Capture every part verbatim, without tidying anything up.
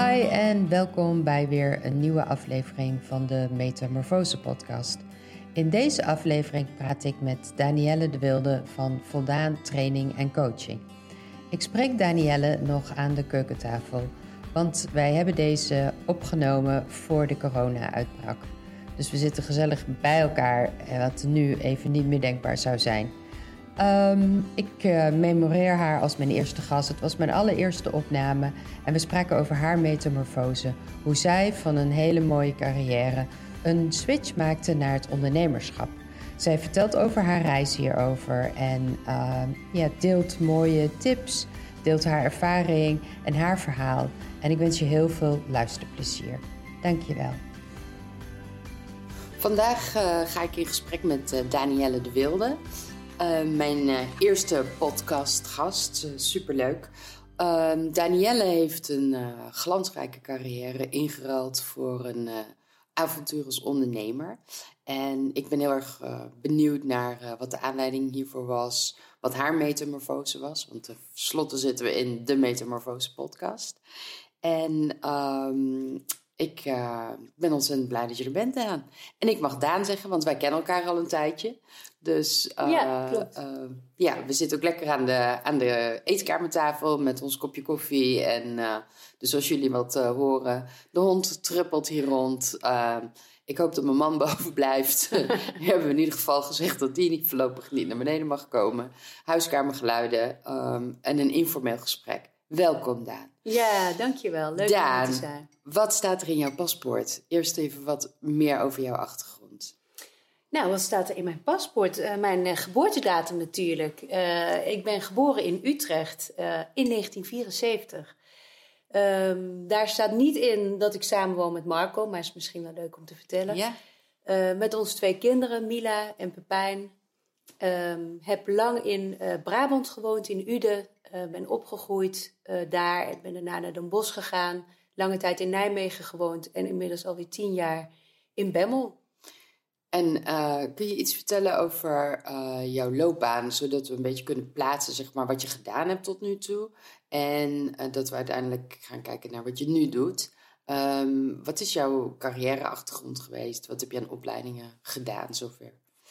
Hi en welkom bij weer een nieuwe aflevering van de Metamorfose podcast. In deze aflevering praat ik met Danielle de Wilde van Voldaan Training en Coaching. Ik spreek Danielle nog aan de keukentafel, want wij hebben deze opgenomen voor de corona-uitbraak. Dus we zitten gezellig bij elkaar, wat nu even niet meer denkbaar zou zijn. Um, ik uh, memoreer haar als mijn eerste gast. Het was mijn allereerste opname en we spraken over haar metamorfose. Hoe zij van een hele mooie carrière een switch maakte naar het ondernemerschap. Zij vertelt over haar reis hierover en uh, ja, deelt mooie tips, deelt haar ervaring en haar verhaal. En ik wens je heel veel luisterplezier. Dank je wel. Vandaag uh, ga ik in gesprek met uh, Danielle de Wilde. Uh, mijn uh, eerste podcastgast, uh, superleuk. Uh, Danielle heeft een uh, glansrijke carrière ingeruild voor een uh, avontuur als ondernemer. En ik ben heel erg uh, benieuwd naar uh, wat de aanleiding hiervoor was, wat haar metamorfose was. Want tenslotte zitten we in de Metamorfose podcast. En um, ik uh, ben ontzettend blij dat je er bent, Daan. En ik mag Daan zeggen, want wij kennen elkaar al een tijdje. Dus uh, ja, klopt. Uh, ja, we zitten ook lekker aan de, aan de eetkamertafel met ons kopje koffie. En uh, dus als jullie wat uh, horen, de hond trippelt hier rond. Uh, ik hoop dat mijn man boven blijft. We hebben in ieder geval gezegd dat die niet voorlopig niet naar beneden mag komen. Huiskamergeluiden um, en een informeel gesprek. Welkom, Daan. Ja, dankjewel. Leuk Daan, om hier te zijn. Wat staat er in jouw paspoort? Eerst even wat meer over jouw achtergrond. Nou, wat staat er in mijn paspoort? Uh, mijn uh, geboortedatum natuurlijk. Uh, ik ben geboren in Utrecht uh, in negentien vierenzeventig. Um, daar staat niet in dat ik samenwoon met Marco, maar is misschien wel leuk om te vertellen. Ja. Uh, met onze twee kinderen, Mila en Pepijn. Um, heb lang in uh, Brabant gewoond, in Uden. Uh, ben opgegroeid uh, daar en ben daarna naar Den Bosch gegaan. Lange tijd in Nijmegen gewoond en inmiddels alweer tien jaar in Bemmel. En uh, kun je iets vertellen over uh, jouw loopbaan, zodat we een beetje kunnen plaatsen, zeg maar, wat je gedaan hebt tot nu toe. En uh, dat we uiteindelijk gaan kijken naar wat je nu doet. Um, wat is jouw carrièreachtergrond geweest? Wat heb je aan opleidingen gedaan zover?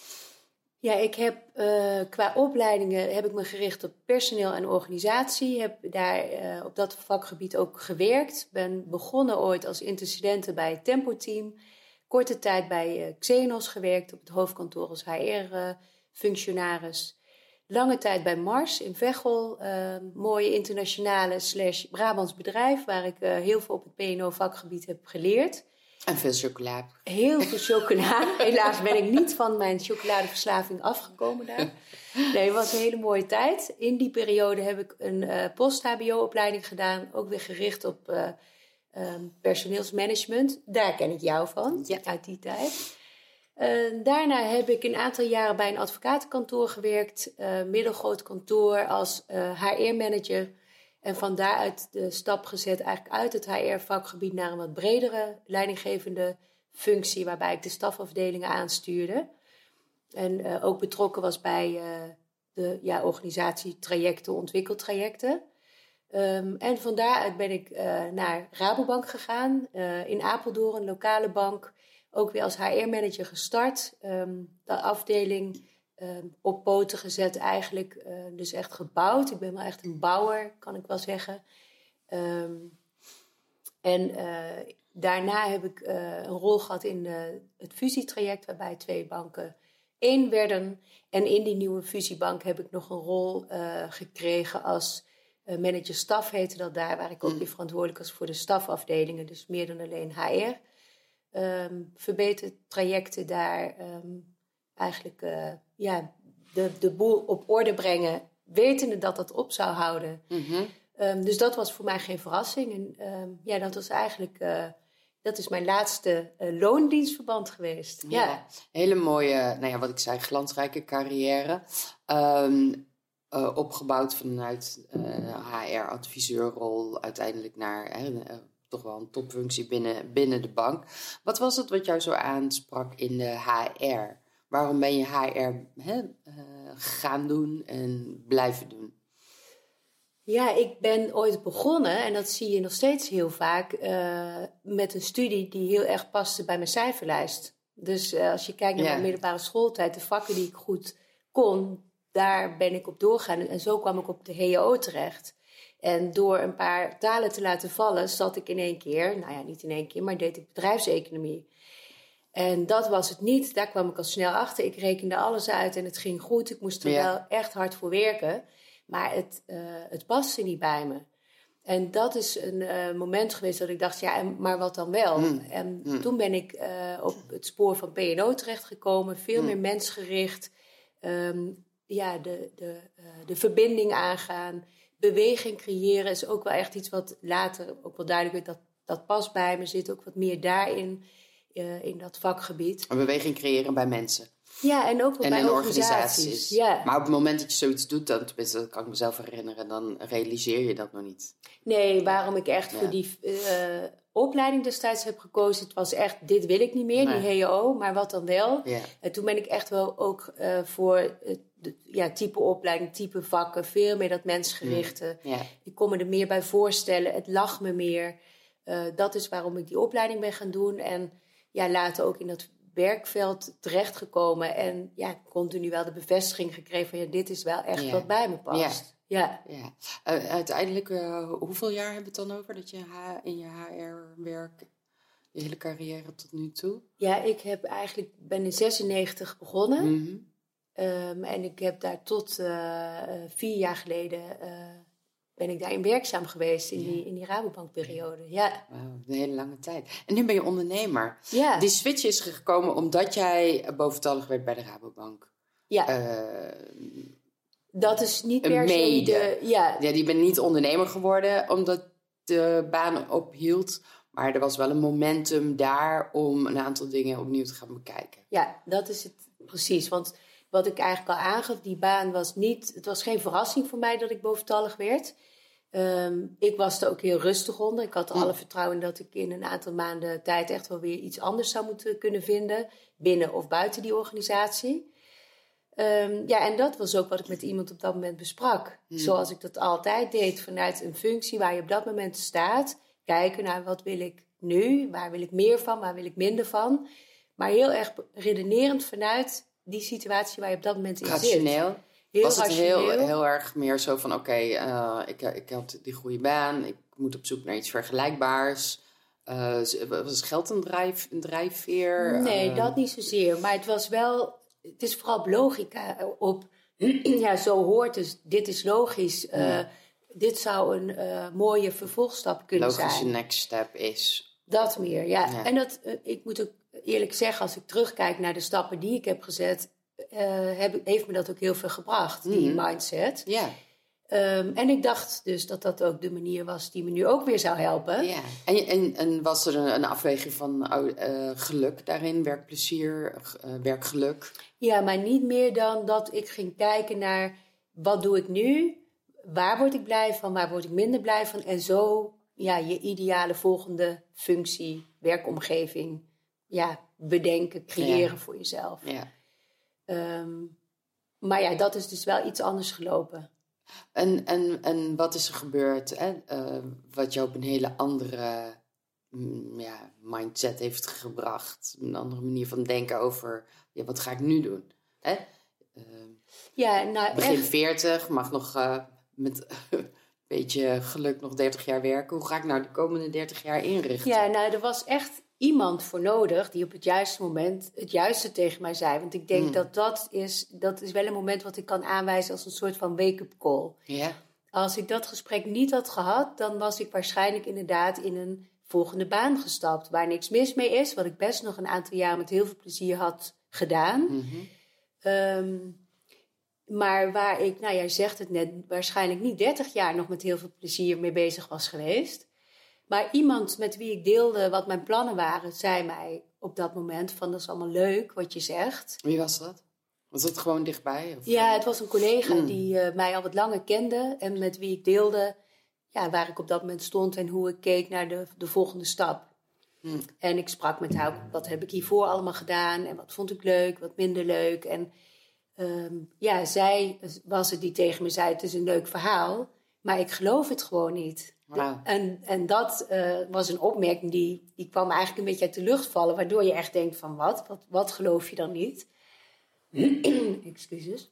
Ja, ik heb uh, qua opleidingen heb ik me gericht op personeel en organisatie. Heb daar uh, op dat vakgebied ook gewerkt. Ben begonnen ooit als interstudente bij het Tempo Team. Korte tijd bij uh, Xenos gewerkt op het hoofdkantoor als H R-functionaris. Uh, Lange tijd bij Mars in Veghel. Uh, mooie internationale slash Brabants bedrijf waar ik uh, heel veel op het P en O-vakgebied heb geleerd. En veel chocola. Heel veel chocola. Helaas ben ik niet van mijn chocoladeverslaving afgekomen daar. Nee, het was een hele mooie tijd. In die periode heb ik een uh, post-H B O-opleiding gedaan. Ook weer gericht op uh, um, personeelsmanagement. Daar ken ik jou van, ja. Uit die tijd. Uh, daarna heb ik een aantal jaren bij een advocatenkantoor gewerkt. Uh, middelgroot kantoor als uh, H R-manager. En van daaruit de stap gezet eigenlijk uit het H R-vakgebied naar een wat bredere leidinggevende functie, waarbij ik de stafafdelingen aanstuurde. En uh, ook betrokken was bij uh, de ja, organisatietrajecten, ontwikkeltrajecten. Um, en van daaruit ben ik uh, naar Rabobank gegaan, uh, in Apeldoorn, een lokale bank. Ook weer als H R-manager gestart. Um, de afdeling Um, op poten gezet eigenlijk, uh, dus echt gebouwd. Ik ben wel echt een bouwer, kan ik wel zeggen. Um, en uh, daarna heb ik uh, een rol gehad in uh, het fusietraject, waarbij twee banken één werden. En in die nieuwe fusiebank heb ik nog een rol uh, gekregen als uh, manager staf, heette dat daar, waar ik ook weer verantwoordelijk was voor de stafafdelingen, dus meer dan alleen H R. Um, verbeterd trajecten daar, um, eigenlijk uh, ja, de, de boel op orde brengen, wetende dat dat op zou houden. Mm-hmm. Um, dus dat was voor mij geen verrassing. En um, ja, dat was eigenlijk, uh, dat is mijn laatste uh, loondienstverband geweest. Ja, ja, hele mooie, nou ja, wat ik zei, glansrijke carrière. Um, uh, opgebouwd vanuit uh, H R-adviseurrol, uiteindelijk naar uh, uh, toch wel een topfunctie binnen, binnen de bank. Wat was het wat jou zo aansprak in de H R? Waarom ben je H R hè, uh, gaan doen en blijven doen? Ja, ik ben ooit begonnen, en dat zie je nog steeds heel vaak, uh, met een studie die heel erg paste bij mijn cijferlijst. Dus uh, als je kijkt naar yeah. mijn middelbare schooltijd, de vakken die ik goed kon, daar ben ik op doorgegaan. En zo kwam ik op de H E O terecht. En door een paar talen te laten vallen, zat ik in één keer, nou ja, niet in één keer, maar deed ik bedrijfseconomie. En dat was het niet, daar kwam ik al snel achter. Ik rekende alles uit en het ging goed. Ik moest er yeah. wel echt hard voor werken. Maar het, uh, het paste niet bij me. En dat is een uh, moment geweest dat ik dacht, ja, en, maar wat dan wel? Mm. En mm. toen ben ik uh, op het spoor van P en O terechtgekomen. Veel mm. meer mensgericht. Um, ja, de, de, uh, de verbinding aangaan. Beweging creëren is ook wel echt iets wat later ook wel duidelijk werd. Dat, dat past bij me, zit ook wat meer daarin, uh, in dat vakgebied. Een beweging creëren bij mensen. Ja, en ook wel en bij in organisaties. organisaties. Ja. Maar op het moment dat je zoiets doet, dan, tenminste, dat kan ik mezelf herinneren, dan realiseer je dat nog niet. Nee, waarom ik echt ja. voor die uh, opleiding destijds heb gekozen, het was echt, dit wil ik niet meer, nee. die H E O, maar wat dan wel. Ja. En toen ben ik echt wel ook uh, voor uh, de, ja, type opleiding, type vakken, veel meer dat mensgerichte. Ja. Ik kon me er meer bij voorstellen, het lag me meer. Uh, dat is waarom ik die opleiding ben gaan doen en ja, later ook in dat werkveld terechtgekomen en ja, continu wel de bevestiging gekregen van ja, dit is wel echt ja. wat bij me past. Ja. ja. ja. Uh, uiteindelijk, uh, hoeveel jaar hebben we het dan over dat je H- in je H R-werk, je hele carrière tot nu toe? Ja, ik heb eigenlijk, ben in zesennegentig begonnen. Mm-hmm. Um, en ik heb daar tot uh, vier jaar geleden uh, ben ik daarin werkzaam geweest in, ja. die, in die Rabobankperiode. Ja. Wauw, een hele lange tijd. En nu ben je ondernemer. Ja. Die switch is gekomen omdat jij boventallig werd bij de Rabobank. Ja. Uh, dat is niet per se de... Ja. ja, die ben niet ondernemer geworden omdat de baan ophield. Maar er was wel een momentum daar om een aantal dingen opnieuw te gaan bekijken. Ja, dat is het precies. Want wat ik eigenlijk al aangaf, die baan was niet... Het was geen verrassing voor mij dat ik boventallig werd. Um, ik was er ook heel rustig onder. Ik had alle vertrouwen dat ik in een aantal maanden tijd echt wel weer iets anders zou moeten kunnen vinden. Binnen of buiten die organisatie. Um, ja, en dat was ook wat ik met iemand op dat moment besprak. Hmm. Zoals ik dat altijd deed, vanuit een functie waar je op dat moment staat. Kijken naar wat wil ik nu, waar wil ik meer van, waar wil ik minder van. Maar heel erg redenerend vanuit die situatie waar je op dat moment in rationeel. zit. Heel was het rationeel. Heel, heel erg meer zo van, oké, okay, uh, ik, ik had die goede baan. Ik moet op zoek naar iets vergelijkbaars. Uh, was geld een, drijf, een drijfveer? Nee, uh, dat niet zozeer. Maar het was wel... Het is vooral op logica. Op, ja, zo hoort dus. Dit is logisch. Uh, ja. Dit zou een uh, mooie vervolgstap kunnen Logische zijn. Logische next step is... Dat meer, ja. ja. En dat, uh, ik moet ook eerlijk zeggen, als ik terugkijk naar de stappen die ik heb gezet... Uh, heb, heeft me dat ook heel veel gebracht, die mm-hmm. mindset. Ja. Um, en ik dacht dus dat dat ook de manier was die me nu ook weer zou helpen. Ja. En, en, en was er een, een afweging van uh, geluk daarin? Werkplezier, uh, werkgeluk? Ja, maar niet meer dan dat ik ging kijken naar... wat doe ik nu? Waar word ik blij van? Waar word ik minder blij van? En zo ja, je ideale volgende functie, werkomgeving... Ja, bedenken, creëren ja. voor jezelf. Ja. Um, maar ja, dat is dus wel iets anders gelopen. En, en, en wat is er gebeurd, hè? Uh, wat je op een hele andere mm, ja, mindset heeft gebracht? Een andere manier van denken over, ja, wat ga ik nu doen? Hè? Uh, ja, nou, begin echt... veertig, mag nog uh, met een beetje geluk nog dertig jaar werken. Hoe ga ik nou de komende dertig jaar inrichten? Ja, nou, er was echt iemand voor nodig die op het juiste moment het juiste tegen mij zei. Want ik denk mm. dat dat is, dat is wel een moment wat ik kan aanwijzen als een soort van wake-up call. Ja. Als ik dat gesprek niet had gehad, dan was ik waarschijnlijk inderdaad in een volgende baan gestapt. Waar niks mis mee is, wat ik best nog een aantal jaar met heel veel plezier had gedaan. Mm-hmm. Um, maar waar ik, nou jij zegt het net, waarschijnlijk niet dertig jaar nog met heel veel plezier mee bezig was geweest. Maar iemand met wie ik deelde wat mijn plannen waren, zei mij op dat moment van dat is allemaal leuk wat je zegt. Wie was dat? Was dat gewoon dichtbij? Of? Ja, het was een collega mm. die uh, mij al wat langer kende en met wie ik deelde ja, waar ik op dat moment stond en hoe ik keek naar de, de volgende stap. Mm. En ik sprak met haar, wat heb ik hiervoor allemaal gedaan en wat vond ik leuk, wat minder leuk. En um, ja, zij was het die tegen me zei, het is een leuk verhaal, maar ik geloof het gewoon niet. Wow. En, en dat uh, was een opmerking die, die kwam eigenlijk een beetje uit de lucht vallen, waardoor je echt denkt van wat? Wat, wat geloof je dan niet? Excuses.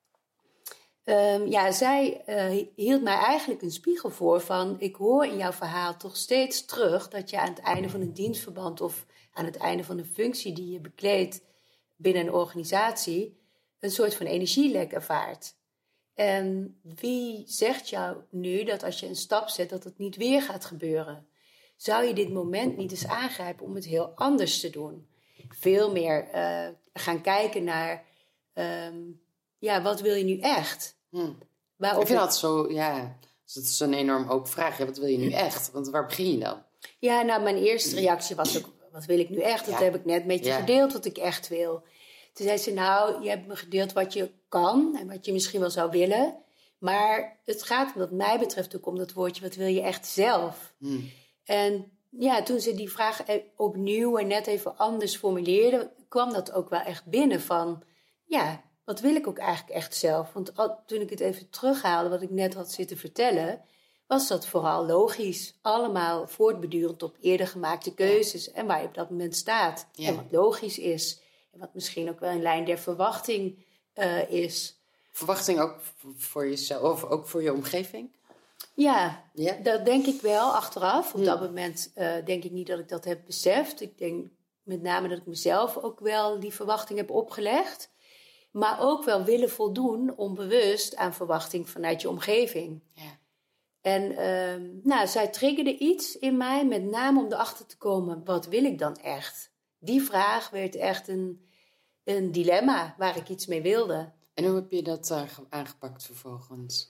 Um, ja, zij uh, hield mij eigenlijk een spiegel voor van, ik hoor in jouw verhaal toch steeds terug dat je aan het einde van een dienstverband of aan het einde van een functie die je bekleedt binnen een organisatie een soort van energielek ervaart. En wie zegt jou nu dat als je een stap zet dat het niet weer gaat gebeuren? Zou je dit moment niet eens aangrijpen om het heel anders te doen? Veel meer uh, gaan kijken naar, um, ja, wat wil je nu echt? Hmm. Ik vind dat zo, ja, dat is een enorm open vraag. Ja, wat wil je nu echt? Want waar begin je dan? Ja, nou, mijn eerste reactie was ook, wat wil ik nu echt? Dat ja. heb ik net met je ja. gedeeld, wat ik echt wil. Toen zei ze, nou, je hebt me gedeeld wat je kan en wat je misschien wel zou willen. Maar het gaat wat mij betreft ook om dat woordje, wat wil je echt zelf? Hmm. En ja, toen ze die vraag opnieuw en net even anders formuleerde, kwam dat ook wel echt binnen van, ja, wat wil ik ook eigenlijk echt zelf? Want al, toen ik het even terughaalde, wat ik net had zitten vertellen, was dat vooral logisch. Allemaal voortbedurend op eerder gemaakte keuzes en waar je op dat moment staat. Ja. En wat logisch is. En wat misschien ook wel in lijn der verwachting uh, is. Verwachting ook voor jezelf of ook voor je omgeving? Ja, yeah. dat denk ik wel achteraf. Op hmm. dat moment uh, denk ik niet dat ik dat heb beseft. Ik denk met name dat ik mezelf ook wel die verwachting heb opgelegd. Maar ook wel willen voldoen onbewust aan verwachting vanuit je omgeving. Yeah. En uh, nou, zij triggerde iets in mij, met name om erachter te komen, wat wil ik dan echt? Die vraag werd echt een, een dilemma waar ik iets mee wilde. En hoe heb je dat uh, aangepakt vervolgens?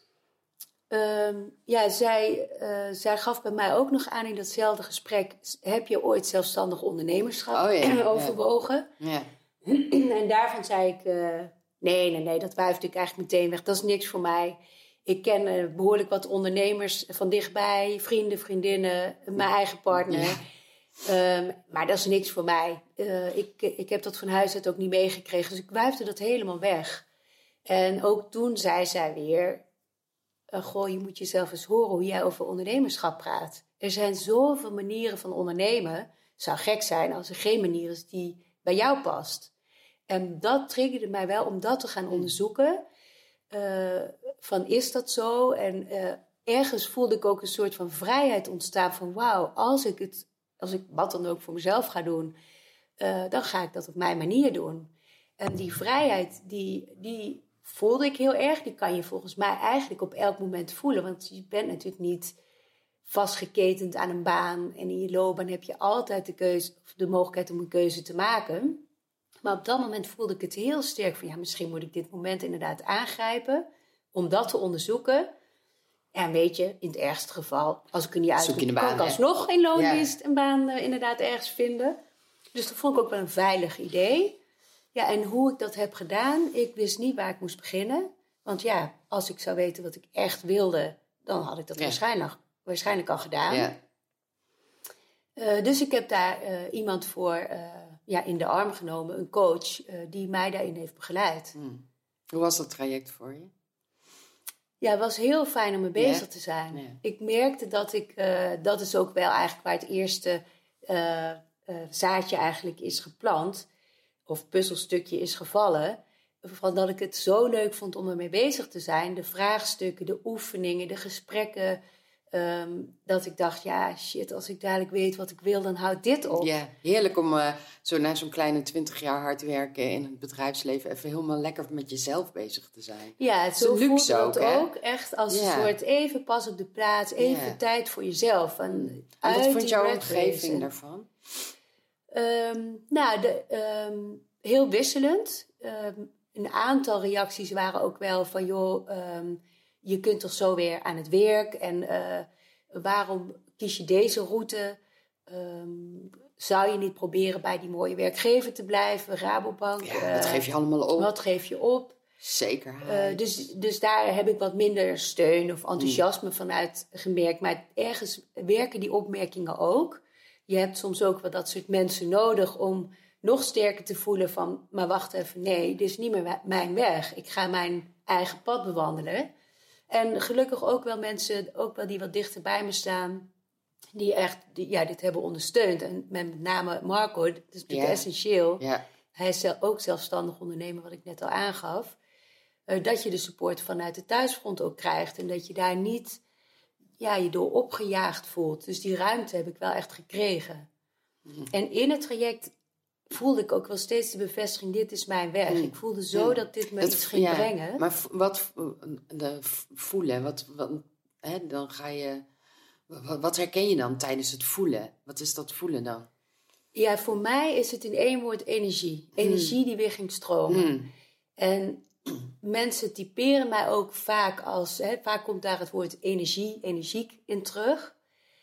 Um, ja, zij, uh, zij gaf bij mij ook nog aan in datzelfde gesprek, heb je ooit zelfstandig ondernemerschap oh, ja, overwogen? Ja. En daarvan zei ik, uh, nee, nee, nee, dat wuifde ik eigenlijk meteen weg. Dat is niks voor mij. Ik ken uh, behoorlijk wat ondernemers van dichtbij, vrienden, vriendinnen, mijn eigen partner. Ja. Um, maar dat is niks voor mij. Uh, ik, ik heb dat van huis uit ook niet meegekregen, dus ik wuifde dat helemaal weg. En ook toen zei zij weer, uh, goh, je moet jezelf eens horen hoe jij over ondernemerschap praat. Er zijn zoveel manieren van ondernemen. Het zou gek zijn als er geen manier is die bij jou past. En dat triggerde mij wel om dat te gaan onderzoeken. Uh, van is dat zo? En uh, ergens voelde ik ook een soort van vrijheid ontstaan van wauw, als ik het, als ik wat dan ook voor mezelf ga doen, uh, dan ga ik dat op mijn manier doen. En die vrijheid, die, die voelde ik heel erg. Die kan je volgens mij eigenlijk op elk moment voelen. Want je bent natuurlijk niet vastgeketend aan een baan. En in je loopbaan heb je altijd de keuze, of de mogelijkheid om een keuze te maken. Maar op dat moment voelde ik het heel sterk van, ja, misschien moet ik dit moment inderdaad aangrijpen om dat te onderzoeken. En weet je, in het ergste geval, als ik er niet uitkom, kan ik alsnog in loondienst ja. een baan uh, inderdaad ergens vinden. Dus dat vond ik ook wel een veilig idee. Ja, en hoe ik dat heb gedaan, ik wist niet waar ik moest beginnen. Want ja, als ik zou weten wat ik echt wilde, dan had ik dat ja. waarschijnlijk, waarschijnlijk al gedaan. Ja. Uh, dus ik heb daar uh, iemand voor uh, ja, in de arm genomen, een coach, uh, die mij daarin heeft begeleid. Hmm. Hoe was dat traject voor je? Ja, het was heel fijn om mee bezig yeah. te zijn. Yeah. Ik merkte dat ik, uh, dat is ook wel eigenlijk waar het eerste uh, uh, zaadje eigenlijk is geplant, of puzzelstukje is gevallen, van dat ik het zo leuk vond om ermee bezig te zijn. De vraagstukken, de oefeningen, de gesprekken. Um, dat ik dacht, ja shit, als ik dadelijk weet wat ik wil, dan houdt dit op. Ja, heerlijk om uh, zo na zo'n kleine twintig jaar hard werken in het bedrijfsleven even helemaal lekker met jezelf bezig te zijn. Ja, het zo voelt dat ook echt als ja. een soort even pas op de plaats, even ja. tijd voor jezelf. En, en wat vond jouw omgeving daarvan? Um, nou, de, um, heel wisselend. Um, een aantal reacties waren ook wel van, joh, um, je kunt toch zo weer aan het werk. En uh, waarom kies je deze route? Um, zou je niet proberen bij die mooie werkgever te blijven? Rabobank. Ja, wat uh, geef je allemaal op? Wat geef je op? Zeker. Uh, dus, dus daar heb ik wat minder steun of enthousiasme mm. vanuit gemerkt. Maar ergens werken die opmerkingen ook. Je hebt soms ook wel dat soort mensen nodig om nog sterker te voelen van, maar wacht even, nee, dit is niet meer mijn weg. Ik ga mijn eigen pad bewandelen. En gelukkig ook wel mensen, ook wel die wat dichter bij me staan, die echt die, ja, dit hebben ondersteund. En met name Marco, dat is natuurlijk Ja. essentieel. Ja. Hij is zelf, ook zelfstandig ondernemer, wat ik net al aangaf. Uh, dat je de support vanuit de thuisfront ook krijgt. En dat je daar niet ja, je door opgejaagd voelt. Dus die ruimte heb ik wel echt gekregen. Mm. En in het traject voelde ik ook wel steeds de bevestiging, dit is mijn weg. Mm. Ik voelde zo mm. dat dit me dat, iets ging ja, brengen. Maar wat de voelen, wat, wat, hè, dan ga je... Wat, wat herken je dan tijdens het voelen? Wat is dat voelen dan? Ja, voor mij is het in één woord energie. Energie mm. die weer ging stromen. Mm. En mensen typeren mij ook vaak als... Hè, vaak komt daar het woord energie, energiek in terug.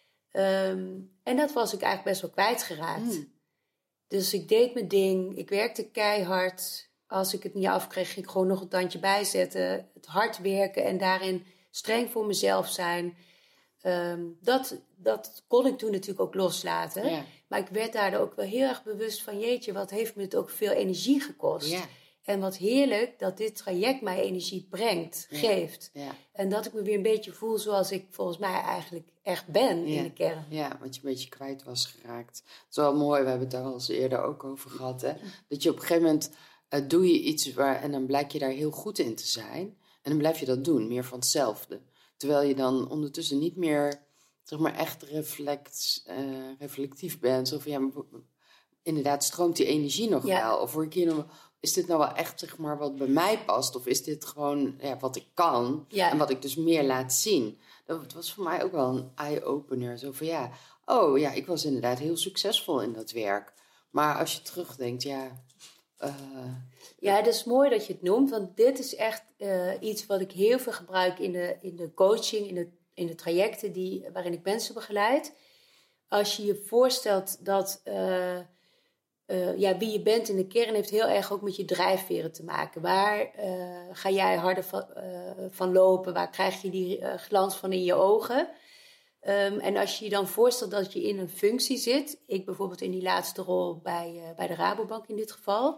Um, en dat was ik eigenlijk best wel kwijtgeraakt. Mm. Dus ik deed mijn ding. Ik werkte keihard. Als ik het niet afkreeg, ging ik gewoon nog een tandje bijzetten. Het hard werken en daarin streng voor mezelf zijn. Um, dat, dat kon ik toen natuurlijk ook loslaten. Ja. Maar ik werd daardoor ook wel heel erg bewust van... jeetje, wat heeft me het ook veel energie gekost. Ja. En wat heerlijk dat dit traject mij energie brengt, ja. geeft. Ja. En dat ik me weer een beetje voel zoals ik volgens mij eigenlijk echt ben ja. in de kern. Ja, wat je een beetje kwijt was geraakt. Het is wel mooi, we hebben het daar al eens eerder ook over gehad. Hè? Dat je op een gegeven moment uh, doe je iets waar, en dan blijk je daar heel goed in te zijn. En dan blijf je dat doen, meer van hetzelfde. Terwijl je dan ondertussen niet meer zeg maar, echt reflect, uh, reflectief bent. Zo van, ja, maar, inderdaad, stroomt die energie nog ja. wel? Of word ik hier nog... Is dit nou wel echt zeg maar, wat bij mij past? Of is dit gewoon ja, wat ik kan? Ja. En wat ik dus meer laat zien? Dat was voor mij ook wel een eye-opener. Zo van ja, oh ja, ik was inderdaad heel succesvol in dat werk. Maar als je terugdenkt, ja... Uh, ja, het is mooi dat je het noemt. Want dit is echt uh, iets wat ik heel veel gebruik in de, in de coaching, in de, in de trajecten die, waarin ik mensen begeleid. Als je je voorstelt dat... Uh, Uh, ja, wie je bent in de kern heeft heel erg ook met je drijfveren te maken. Waar uh, ga jij harder van, uh, van lopen? Waar krijg je die uh, glans van in je ogen? Um, en als je je dan voorstelt dat je in een functie zit... ik bijvoorbeeld in die laatste rol bij, uh, bij de Rabobank in dit geval...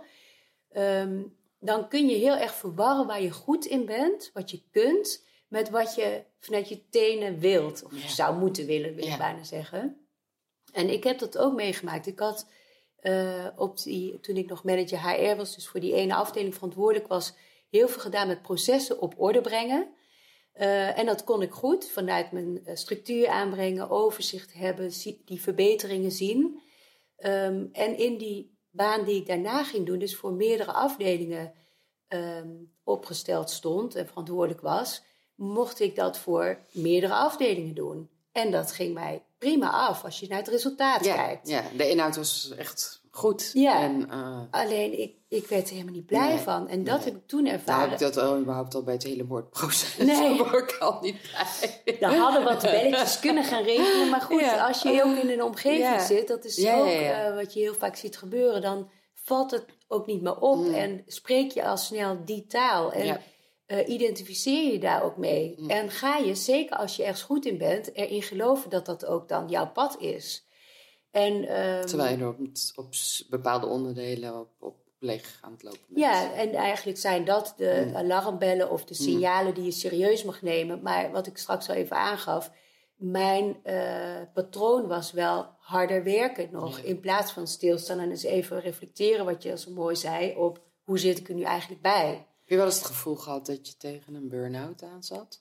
Um, dan kun je heel erg verwarren waar je goed in bent, wat je kunt... met wat je vanuit je tenen wilt. Of ja. zou moeten willen, wil ik ja. bijna zeggen. En ik heb dat ook meegemaakt. Ik had... Uh, op die, toen ik nog manager H R was, dus voor die ene afdeling verantwoordelijk was, heel veel gedaan met processen op orde brengen. Uh, en dat kon ik goed, vanuit mijn uh, structuur aanbrengen, overzicht hebben, die verbeteringen zien. Um, en in die baan die ik daarna ging doen, dus voor meerdere afdelingen um, opgesteld stond en verantwoordelijk was, mocht ik dat voor meerdere afdelingen doen. En dat ging mij prima af als je naar het resultaat ja, kijkt. Ja, de inhoud was echt goed. Ja, en, uh, alleen ik, ik werd er helemaal niet blij nee, van. En dat nee. heb ik toen ervaren. Nou heb ik dat al überhaupt al bij het hele woordproces. Nee. Daar word ik al niet blij. Dan hadden wat belletjes kunnen gaan regelen. Maar goed, ja. als je ook in een omgeving ja. zit, dat is ja, ook ja, ja. Uh, wat je heel vaak ziet gebeuren. Dan valt het ook niet meer op. Mm. En spreek je al snel die taal. En ja. Uh, identificeer je daar ook mee. Mm. En ga je, zeker als je ergens goed in bent, erin geloven dat dat ook dan jouw pad is. En, um, terwijl je er op, op bepaalde onderdelen op, op leeg aan het lopen bent. Ja, en eigenlijk zijn dat de mm. alarmbellen of de signalen mm. die je serieus mag nemen. Maar wat ik straks al even aangaf, mijn uh, patroon was wel harder werken nog. Ja. In plaats van stilstaan en eens even reflecteren, wat je zo mooi zei, op hoe zit ik er nu eigenlijk bij. Heb je wel eens het gevoel gehad dat je tegen een burn-out aan zat?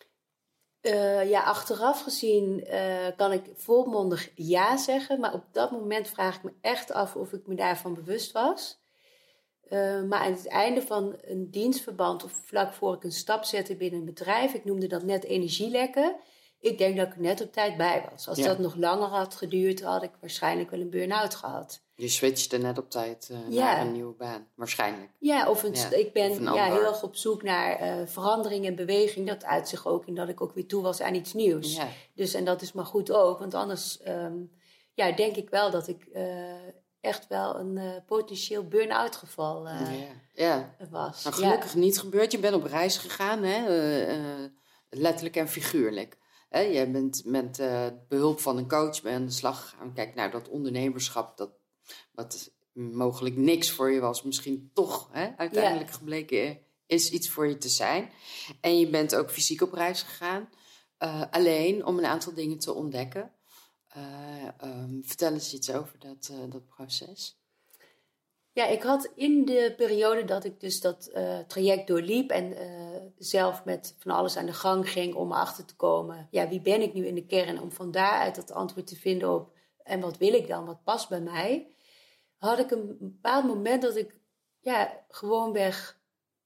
Uh, ja, achteraf gezien uh, kan ik volmondig ja zeggen. Maar op dat moment vraag ik me echt af of ik me daarvan bewust was. Uh, maar aan het einde van een dienstverband of vlak voor ik een stap zette binnen een bedrijf... ik noemde dat net energielekken. Ik denk dat ik er net op tijd bij was. Als ja. dat nog langer had geduurd, had ik waarschijnlijk wel een burn-out gehad. Je switchte net op tijd uh, ja. naar een nieuwe baan, waarschijnlijk. Ja, of, een, ja, ik ben of ja, heel erg op zoek naar uh, verandering en beweging. Dat uit zich ook in dat ik ook weer toe was aan iets nieuws. Ja. Dus, en dat is maar goed ook, want anders um, ja, denk ik wel dat ik uh, echt wel een uh, potentieel burn-out geval uh, ja. Ja. was. Nou, gelukkig ja. niet gebeurd. Je bent op reis gegaan, hè? Uh, uh, letterlijk en figuurlijk. Hè? Je bent met uh, behulp van een coach bij aan de slag gegaan. Kijk, nou, dat ondernemerschap, dat wat mogelijk niks voor je was, misschien toch hè, uiteindelijk ja. gebleken is iets voor je te zijn. En je bent ook fysiek op reis gegaan. Uh, alleen om een aantal dingen te ontdekken. Uh, um, vertel eens iets over dat, uh, dat proces. Ja, ik had in de periode dat ik dus dat uh, traject doorliep en uh, zelf met van alles aan de gang ging om erachter te komen. Ja, wie ben ik nu in de kern? Om van daaruit dat antwoord te vinden op en wat wil ik dan? Wat past bij mij? Had ik een bepaald moment dat ik ja, gewoonweg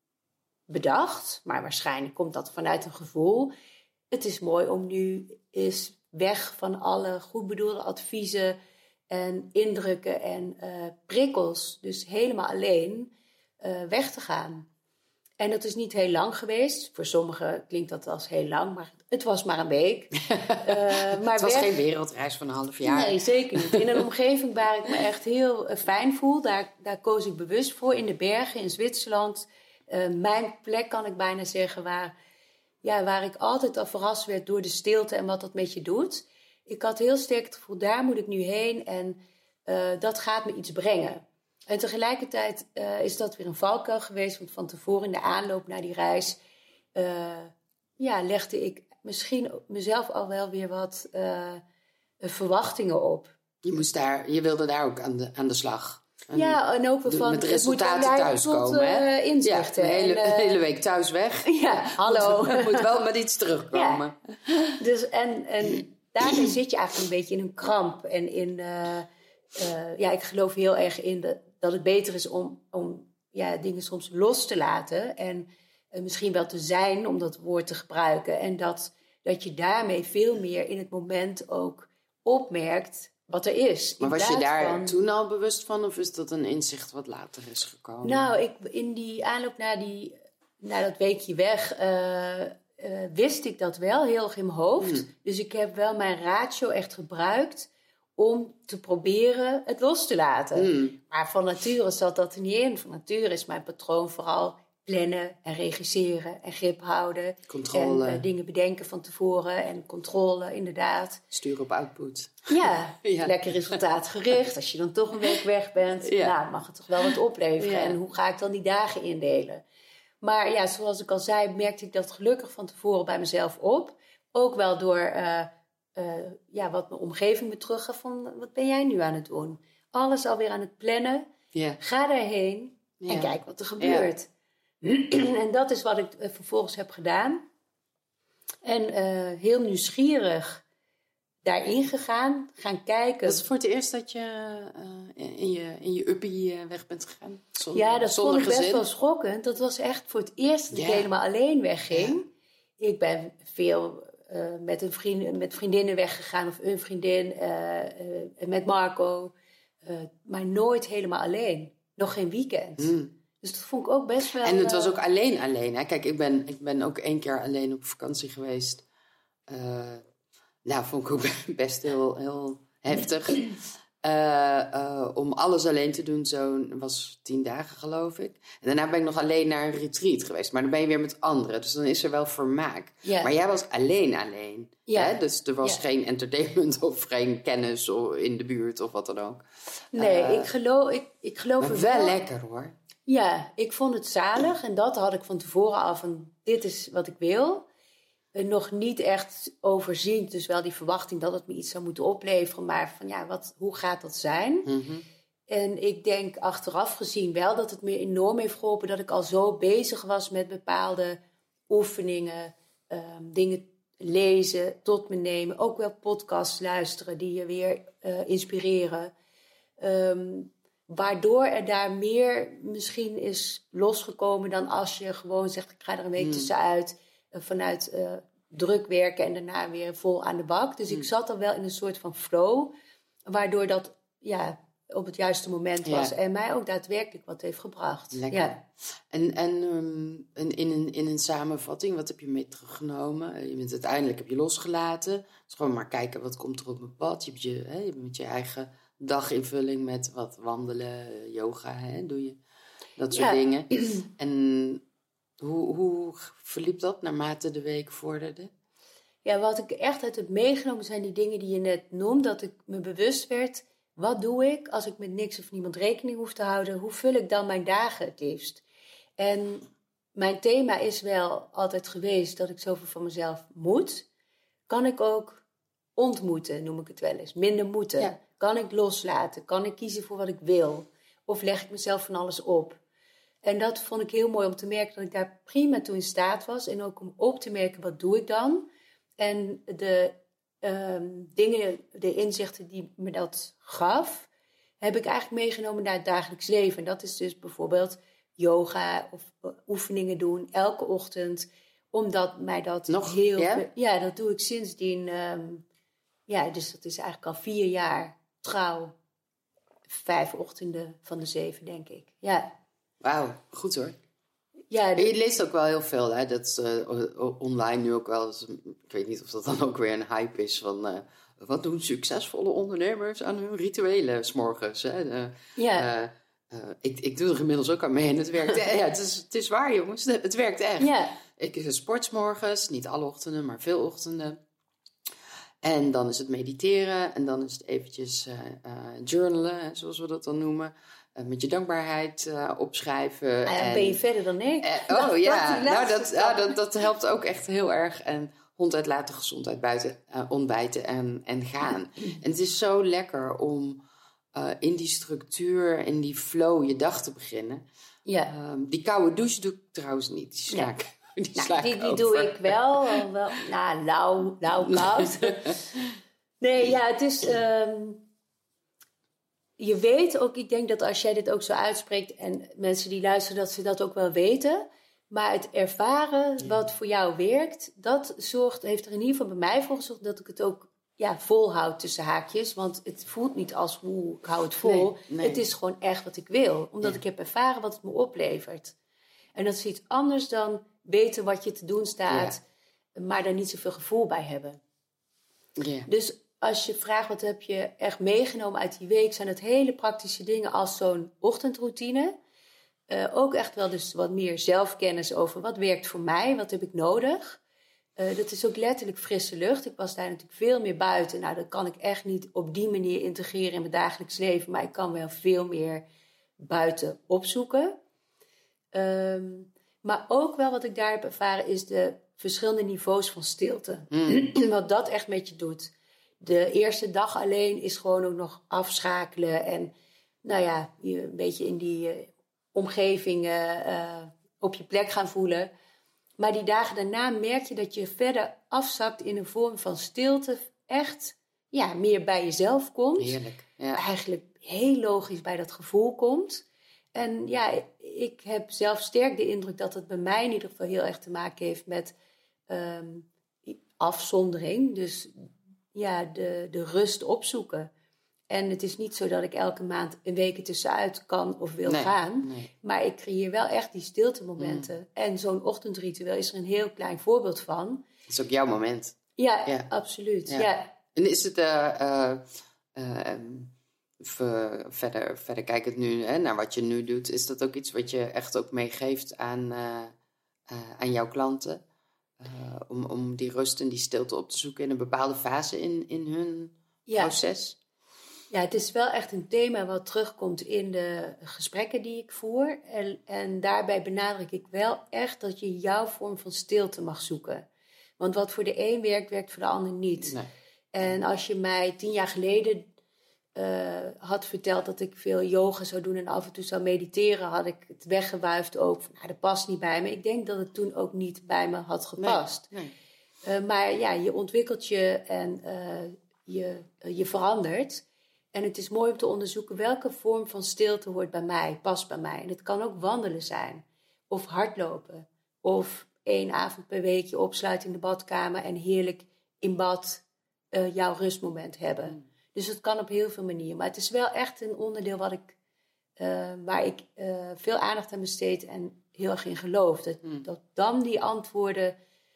bedacht, maar waarschijnlijk komt dat vanuit een gevoel. Het is mooi om nu eens weg van alle goed bedoelde adviezen en indrukken en uh, prikkels, dus helemaal alleen, uh, weg te gaan. En dat is niet heel lang geweest. Voor sommigen klinkt dat als heel lang, maar het was maar een week. Uh, maar het was weg... geen wereldreis van een half jaar. Nee, zeker niet. In een omgeving waar ik me echt heel uh, fijn voel, daar, daar koos ik bewust voor, in de bergen in Zwitserland. Uh, mijn plek, kan ik bijna zeggen, waar, ja, waar ik altijd al verrast werd door de stilte en wat dat met je doet. Ik had heel sterk het gevoel, daar moet ik nu heen en uh, dat gaat me iets brengen. En tegelijkertijd uh, is dat weer een valkuil geweest, want van tevoren in de aanloop naar die reis uh, ja, legde ik misschien mezelf al wel weer wat uh, verwachtingen op. Je, moest daar, je wilde daar ook aan de, aan de slag. En ja, en ook wel van... Met resultaten thuiskomen, hè? Uh, inzichten. Ja, de hele, en, uh, de hele week thuis weg. Ja, hallo. Je moet wel met iets terugkomen. Ja. Dus en... en daarmee zit je eigenlijk een beetje in een kramp. En in, uh, uh, ja, ik geloof heel erg in de, dat het beter is om, om ja, dingen soms los te laten. En uh, misschien wel te zijn, om dat woord te gebruiken. En dat, dat je daarmee veel meer in het moment ook opmerkt wat er is. Maar was je daar van, toen al bewust van? Of is dat een inzicht wat later is gekomen? Nou, ik, in die aanloop naar, die, naar dat weekje weg... Uh, Uh, wist ik dat wel heel erg in mijn hoofd. Mm. Dus ik heb wel mijn ratio echt gebruikt om te proberen het los te laten. Mm. Maar van nature zat dat er niet in. Van nature is mijn patroon vooral plannen en regisseren en grip houden. Controle. En uh, dingen bedenken van tevoren en controle, inderdaad. Sturen op output. Ja, ja, lekker resultaatgericht. Als je dan toch een week weg bent, ja. Nou, mag het toch wel wat opleveren. Ja. En hoe ga ik dan die dagen indelen? Maar ja, zoals ik al zei, merkte ik dat gelukkig van tevoren bij mezelf op. Ook wel door uh, uh, ja, wat mijn omgeving me teruggaf van, wat ben jij nu aan het doen? Alles alweer aan het plannen. Yeah. Ga daarheen yeah. en kijk wat er gebeurt. Yeah. En dat is wat ik uh, vervolgens heb gedaan. En uh, heel nieuwsgierig daarin gegaan, gaan kijken. Dat is voor het eerst dat je uh, in je, in je uppie uh, weg bent gegaan? Zonder, ja, dat vond ik best gezin. wel schokkend. Dat was echt voor het eerst dat yeah. ik helemaal alleen wegging. Yeah. Ik ben veel uh, met, een vriend, met vriendinnen weggegaan of een vriendin, uh, uh, met Marco. Uh, maar nooit helemaal alleen. Nog geen weekend. Mm. Dus dat vond ik ook best wel... En het was ook alleen alleen. Hè? Kijk, ik ben, ik ben ook één keer alleen op vakantie geweest. Uh, nou, vond ik ook best heel, heel heftig. Uh, uh, om alles alleen te doen, zo was tien dagen geloof ik. En daarna ben ik nog alleen naar een retreat geweest. Maar dan ben je weer met anderen. Dus dan is er wel vermaak. Yeah. Maar jij was alleen alleen. Yeah. Hè? Dus er was yeah. geen entertainment of geen kennis in de buurt of wat dan ook. Nee, uh, ik geloof, ik, ik geloof maar wel, wel lekker hoor. Ja, ik vond het zalig. En dat had ik van tevoren al van, dit is wat ik wil. Uh, nog niet echt overzien. Dus wel die verwachting dat het me iets zou moeten opleveren. Maar van ja, wat, hoe gaat dat zijn? Mm-hmm. En ik denk achteraf gezien wel dat het me enorm heeft geholpen. Dat ik al zo bezig was met bepaalde oefeningen. Um, dingen lezen, tot me nemen. Ook wel podcasts luisteren die je weer uh, inspireren. Um, waardoor er daar meer misschien is losgekomen dan als je gewoon zegt, ik ga er een week mm. tussenuit. Uh, vanuit uh, druk werken en daarna weer vol aan de bak. Dus mm. ik zat er wel in een soort van flow. Waardoor dat ja, op het juiste moment was. Ja. En mij ook daadwerkelijk wat heeft gebracht. Lekker. Ja. En, en um, in, een, in een samenvatting, wat heb je mee teruggenomen? Je bent uiteindelijk heb je losgelaten. Dus gewoon maar kijken, wat komt er op mijn pad? Je hebt je, hè, je met je eigen daginvulling met wat wandelen, yoga, hè, doe je dat soort ja. dingen. En hoe, hoe verliep dat naarmate de week vorderde? Ja, wat ik echt uit heb meegenomen zijn die dingen die je net noemt. Dat ik me bewust werd, wat doe ik als ik met niks of niemand rekening hoef te houden? Hoe vul ik dan mijn dagen het liefst? En mijn thema is wel altijd geweest dat ik zoveel van mezelf moet. Kan ik ook ontmoeten, noem ik het wel eens. Minder moeten. Ja. Kan ik loslaten? Kan ik kiezen voor wat ik wil? Of leg ik mezelf van alles op? En dat vond ik heel mooi om te merken dat ik daar prima toe in staat was. En ook om op te merken, wat doe ik dan? En de um, dingen, de inzichten die me dat gaf, heb ik eigenlijk meegenomen naar het dagelijks leven. En dat is dus bijvoorbeeld yoga of oefeningen doen elke ochtend. Omdat mij dat Nog, heel ja? veel... Ja, dat doe ik sindsdien. Um, ja, dus dat is eigenlijk al vier jaar trouw. Vijf ochtenden van de zeven, denk ik. Ja. Wauw, goed hoor. Ja, de... Je leest ook wel heel veel, hè? Dat is uh, online nu ook wel. Dus, ik weet niet of dat dan ook weer een hype is van... Uh, wat doen succesvolle ondernemers aan hun rituelen 's morgens? Hè? Uh, ja. Uh, uh, ik, ik doe er inmiddels ook aan mee en het werkt. ja, het, is, het is waar, jongens. Het werkt echt. Ja. Ik sport 's morgens, niet alle ochtenden, maar veel ochtenden. En dan is het mediteren en dan is het eventjes uh, uh, journalen, zoals we dat dan noemen. Uh, met je dankbaarheid uh, opschrijven. Ah, ja, en, ben je verder dan ik. Uh, oh dat, ja, nou, dat, ja dat, dat helpt ook echt heel erg. En hond uitlaten, gezond uit buiten, uh, ontbijten en, en gaan. En het is zo lekker om uh, in die structuur, in die flow je dag te beginnen. Ja. Um, die koude douche doe ik trouwens niet, die sla ik. Nee. Die, nou, die, die doe ik wel. wel nou, lauw, lauw, koud. Nee, ja, het is... Um, je weet ook, ik denk dat als jij dit ook zo uitspreekt... en mensen die luisteren, dat ze dat ook wel weten. Maar het ervaren ja. wat voor jou werkt... dat zorgt, heeft er in ieder geval bij mij voor gezorgd... dat ik het ook ja, volhoud tussen haakjes. Want het voelt niet als, hoe ik hou het vol. Nee, nee. Het is gewoon echt wat ik wil. Omdat ja. ik heb ervaren wat het me oplevert. En dat is iets anders dan... weten wat je te doen staat, ja. maar daar niet zoveel gevoel bij hebben. Ja. Dus als je vraagt wat heb je echt meegenomen uit die week, zijn het hele praktische dingen als zo'n ochtendroutine. Uh, ook echt wel dus wat meer zelfkennis over wat werkt voor mij, wat heb ik nodig. Uh, dat is ook letterlijk frisse lucht. Ik was daar natuurlijk veel meer buiten. Nou, dat kan ik echt niet op die manier integreren in mijn dagelijks leven, maar ik kan wel veel meer buiten opzoeken. Um, Maar ook wel wat ik daar heb ervaren is de verschillende niveaus van stilte. Mm. Wat dat echt met je doet. De eerste dag alleen is gewoon ook nog afschakelen. En nou ja, je een beetje in die uh, omgeving uh, uh, op je plek gaan voelen. Maar die dagen daarna merk je dat je verder afzakt in een vorm van stilte. Echt ja, meer bij jezelf komt. Heerlijk. Ja. Eigenlijk heel logisch bij dat gevoel komt. En ja, ik heb zelf sterk de indruk dat het bij mij in ieder geval heel erg te maken heeft met um, afzondering. Dus ja, de, de rust opzoeken. En het is niet zo dat ik elke maand een week ertussenuit kan of wil nee, gaan. Nee. Maar ik creëer wel echt die stiltemomenten. Mm. En zo'n ochtendritueel is er een heel klein voorbeeld van. Het is ook jouw moment. Ja, ja. absoluut. Ja. Ja. En is het... Uh, uh, uh, um... Verder, verder kijkend nu hè, naar wat je nu doet, is dat ook iets wat je echt ook meegeeft aan, uh, uh, aan jouw klanten? Uh, om, om die rust en die stilte op te zoeken in een bepaalde fase in, in hun ja. proces? Ja, het is wel echt een thema wat terugkomt in de gesprekken die ik voer. En, en daarbij benadruk ik wel echt dat je jouw vorm van stilte mag zoeken. Want wat voor de een werkt, werkt voor de ander niet. Nee. En als je mij tien jaar geleden... Uh, had verteld dat ik veel yoga zou doen en af en toe zou mediteren, had ik het weggewuifd ook. Van, nou, dat past niet bij me. Ik denk dat het toen ook niet bij me had gepast. Nee, nee. Uh, maar ja, je ontwikkelt je en uh, je, uh, je verandert. En het is mooi om te onderzoeken welke vorm van stilte hoort bij mij, past bij mij. En het kan ook wandelen zijn, of hardlopen, of één avond per week je opsluiten in de badkamer en heerlijk in bad uh, jouw rustmoment hebben. Mm. Dus het kan op heel veel manieren. Maar het is wel echt een onderdeel wat ik, uh, waar ik uh, veel aandacht aan besteed en heel erg in geloof. Dat, hmm. dat dan die antwoorden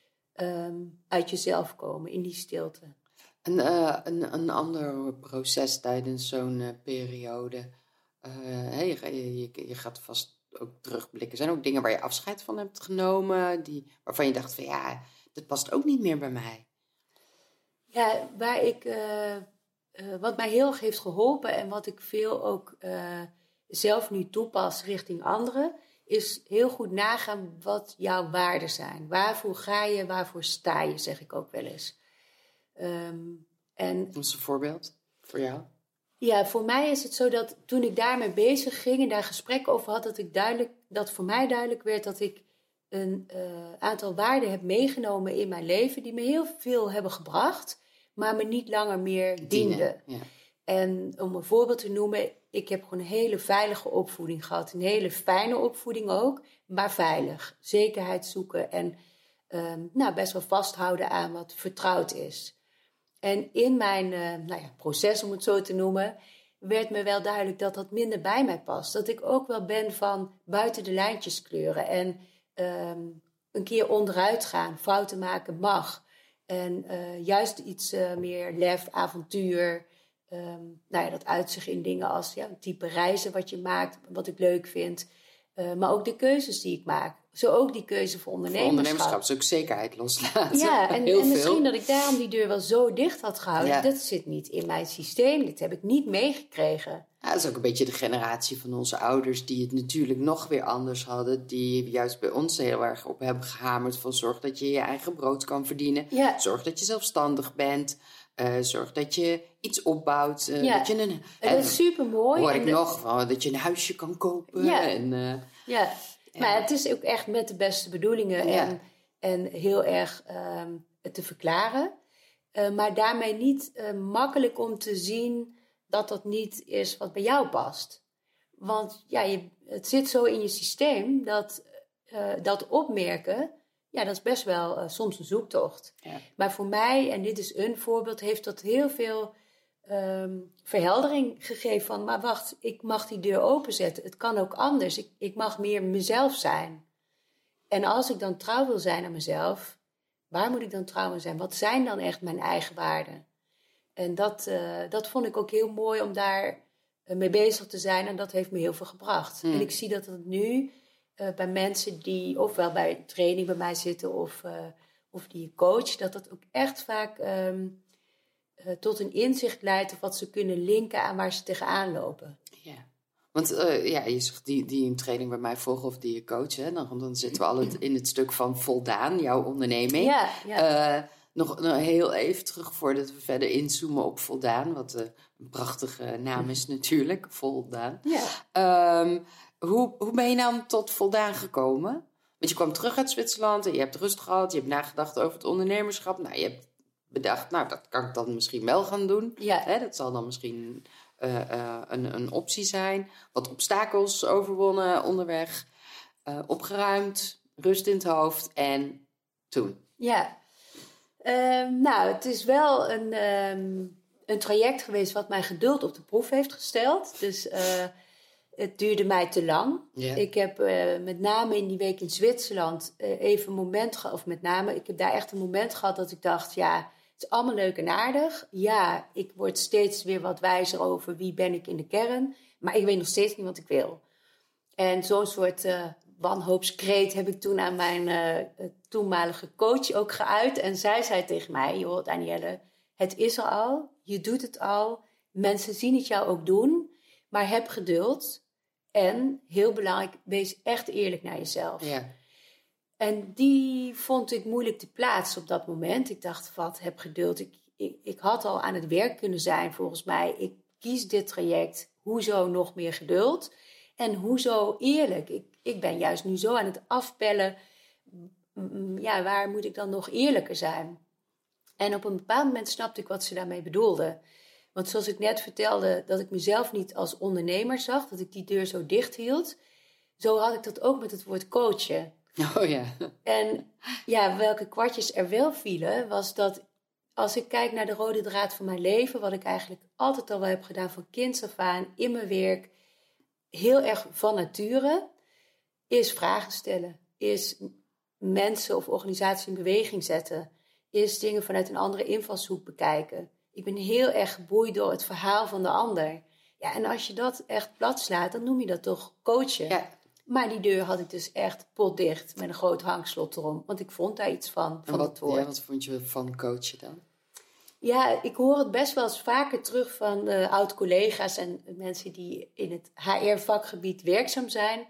um, uit jezelf komen, in die stilte. En uh, een, een ander proces tijdens zo'n uh, periode. Uh, hey, je, je, je gaat vast ook terugblikken. Zijn er ook dingen waar je afscheid van hebt genomen? Die, waarvan je dacht van ja, dat past ook niet meer bij mij. Ja, waar ik... Uh, Uh, wat mij heel erg heeft geholpen en wat ik veel ook uh, zelf nu toepas richting anderen, is heel goed nagaan wat jouw waarden zijn. Waarvoor ga je, waarvoor sta je, zeg ik ook wel eens. Um, en, dat is een voorbeeld voor jou? Ja, voor mij is het zo dat toen ik daarmee bezig ging en daar gesprek over had, dat, ik duidelijk, dat voor mij duidelijk werd dat ik een uh, aantal waarden heb meegenomen in mijn leven die me heel veel hebben gebracht, maar me niet langer meer dienden. Ja. En om een voorbeeld te noemen, ik heb gewoon een hele veilige opvoeding gehad. Een hele fijne opvoeding ook, maar veilig. Zekerheid zoeken en um, nou, best wel vasthouden aan wat vertrouwd is. En in mijn uh, nou ja, proces, om het zo te noemen, werd me wel duidelijk dat dat minder bij mij past. Dat ik ook wel ben van buiten de lijntjes kleuren en um, een keer onderuit gaan, fouten maken mag. En uh, juist iets uh, meer lef, avontuur. Um, nou ja, dat uit zich in dingen als ja, een type reizen wat je maakt, wat ik leuk vind. Uh, maar ook de keuzes die ik maak. Zo ook die keuze voor ondernemerschap. Voor ondernemerschap is ook zekerheid loslaten. Ja, en, Heel en misschien veel. dat ik daarom die deur wel zo dicht had gehouden. Ja. Dat zit niet in mijn systeem. Dit heb ik niet meegekregen. Ja, dat is ook een beetje de generatie van onze ouders die het natuurlijk nog weer anders hadden. Die juist bij ons heel erg op hebben gehamerd van zorg dat je je eigen brood kan verdienen. Ja. Zorg dat je zelfstandig bent. Uh, zorg dat je iets opbouwt. Uh, ja. dat, je een, en dat is super mooi. Hoor ik en nog van dat je een huisje kan kopen. Ja. En, uh, ja. ja, maar het is ook echt met de beste bedoelingen ja. en, en heel erg um, te verklaren. Uh, maar daarmee niet uh, makkelijk om te zien dat dat niet is wat bij jou past. Want ja, je, het zit zo in je systeem dat uh, dat opmerken, ja, dat is best wel uh, soms een zoektocht. Ja. Maar voor mij, en dit is een voorbeeld, heeft dat heel veel um, verheldering gegeven van, maar wacht, ik mag die deur openzetten. Het kan ook anders. Ik, ik mag meer mezelf zijn. En als ik dan trouw wil zijn aan mezelf, waar moet ik dan trouw aan zijn? Wat zijn dan echt mijn eigen waarden? En dat, uh, dat vond ik ook heel mooi om daar uh, mee bezig te zijn. En dat heeft me heel veel gebracht. Hmm. En ik zie dat het nu uh, bij mensen die ofwel bij training bij mij zitten of, uh, of die je coach, dat dat ook echt vaak um, uh, tot een inzicht leidt of wat ze kunnen linken aan waar ze tegenaan lopen. Ja. Want uh, ja, je zegt die, die een training bij mij volgen of die je coach, hè? Dan, dan zitten we al het, in het stuk van voldaan, jouw onderneming. Ja, ja. Uh, nog, nog heel even terug voordat we verder inzoomen op voldaan, wat uh, een prachtige naam is natuurlijk, voldaan. Ja. Um, hoe, hoe ben je dan tot voldaan gekomen? Want je kwam terug uit Zwitserland en je hebt rust gehad, je hebt nagedacht over het ondernemerschap. Nou, je hebt bedacht, nou, dat kan ik dan misschien wel gaan doen. Ja. Hè, dat zal dan misschien uh, uh, een, een optie zijn. Wat obstakels overwonnen onderweg, uh, opgeruimd, rust in het hoofd en toen. Ja. Um, nou, het is wel een, um, een traject geweest wat mijn geduld op de proef heeft gesteld. Dus uh, het duurde mij te lang. Yeah. Ik heb uh, met name in die week in Zwitserland uh, even een moment gehad, of met name, ik heb daar echt een moment gehad dat ik dacht, ja, het is allemaal leuk en aardig. Ja, ik word steeds weer wat wijzer over wie ben ik in de kern, maar ik weet nog steeds niet wat ik wil. En zo'n soort uh, wanhoopskreet heb ik toen aan mijn uh, toenmalige coach ook geuit. En zij zei tegen mij, joh Danielle, het is er al, je doet het al. Mensen zien het jou ook doen, maar heb geduld. En, heel belangrijk, wees echt eerlijk naar jezelf. Ja. En die vond ik moeilijk te plaatsen op dat moment. Ik dacht, wat, heb geduld. Ik, ik, ik had al aan het werk kunnen zijn, volgens mij. Ik kies dit traject, hoezo nog meer geduld? En hoezo eerlijk? Ik, ik ben juist nu zo aan het afpellen. Ja, waar moet ik dan nog eerlijker zijn? En op een bepaald moment snapte ik wat ze daarmee bedoelde. Want zoals ik net vertelde, dat ik mezelf niet als ondernemer zag, dat ik die deur zo dicht hield, zo had ik dat ook met het woord coachen. Oh ja. En ja, welke kwartjes er wel vielen, was dat als ik kijk naar de rode draad van mijn leven, wat ik eigenlijk altijd al wel heb gedaan van kinds af aan, in mijn werk, heel erg van nature, is vragen stellen, is mensen of organisaties in beweging zetten, is dingen vanuit een andere invalshoek bekijken. Ik ben heel erg geboeid door het verhaal van de ander. Ja, en als je dat echt plat slaat, dan noem je dat toch coachen. Ja. Maar die deur had ik dus echt potdicht met een groot hangslot erom. Want ik vond daar iets van, van wat, het woord. Ja, wat vond je van coachen dan? Ja, ik hoor het best wel eens vaker terug van uh, oud-collega's en mensen die in het H R-vakgebied werkzaam zijn.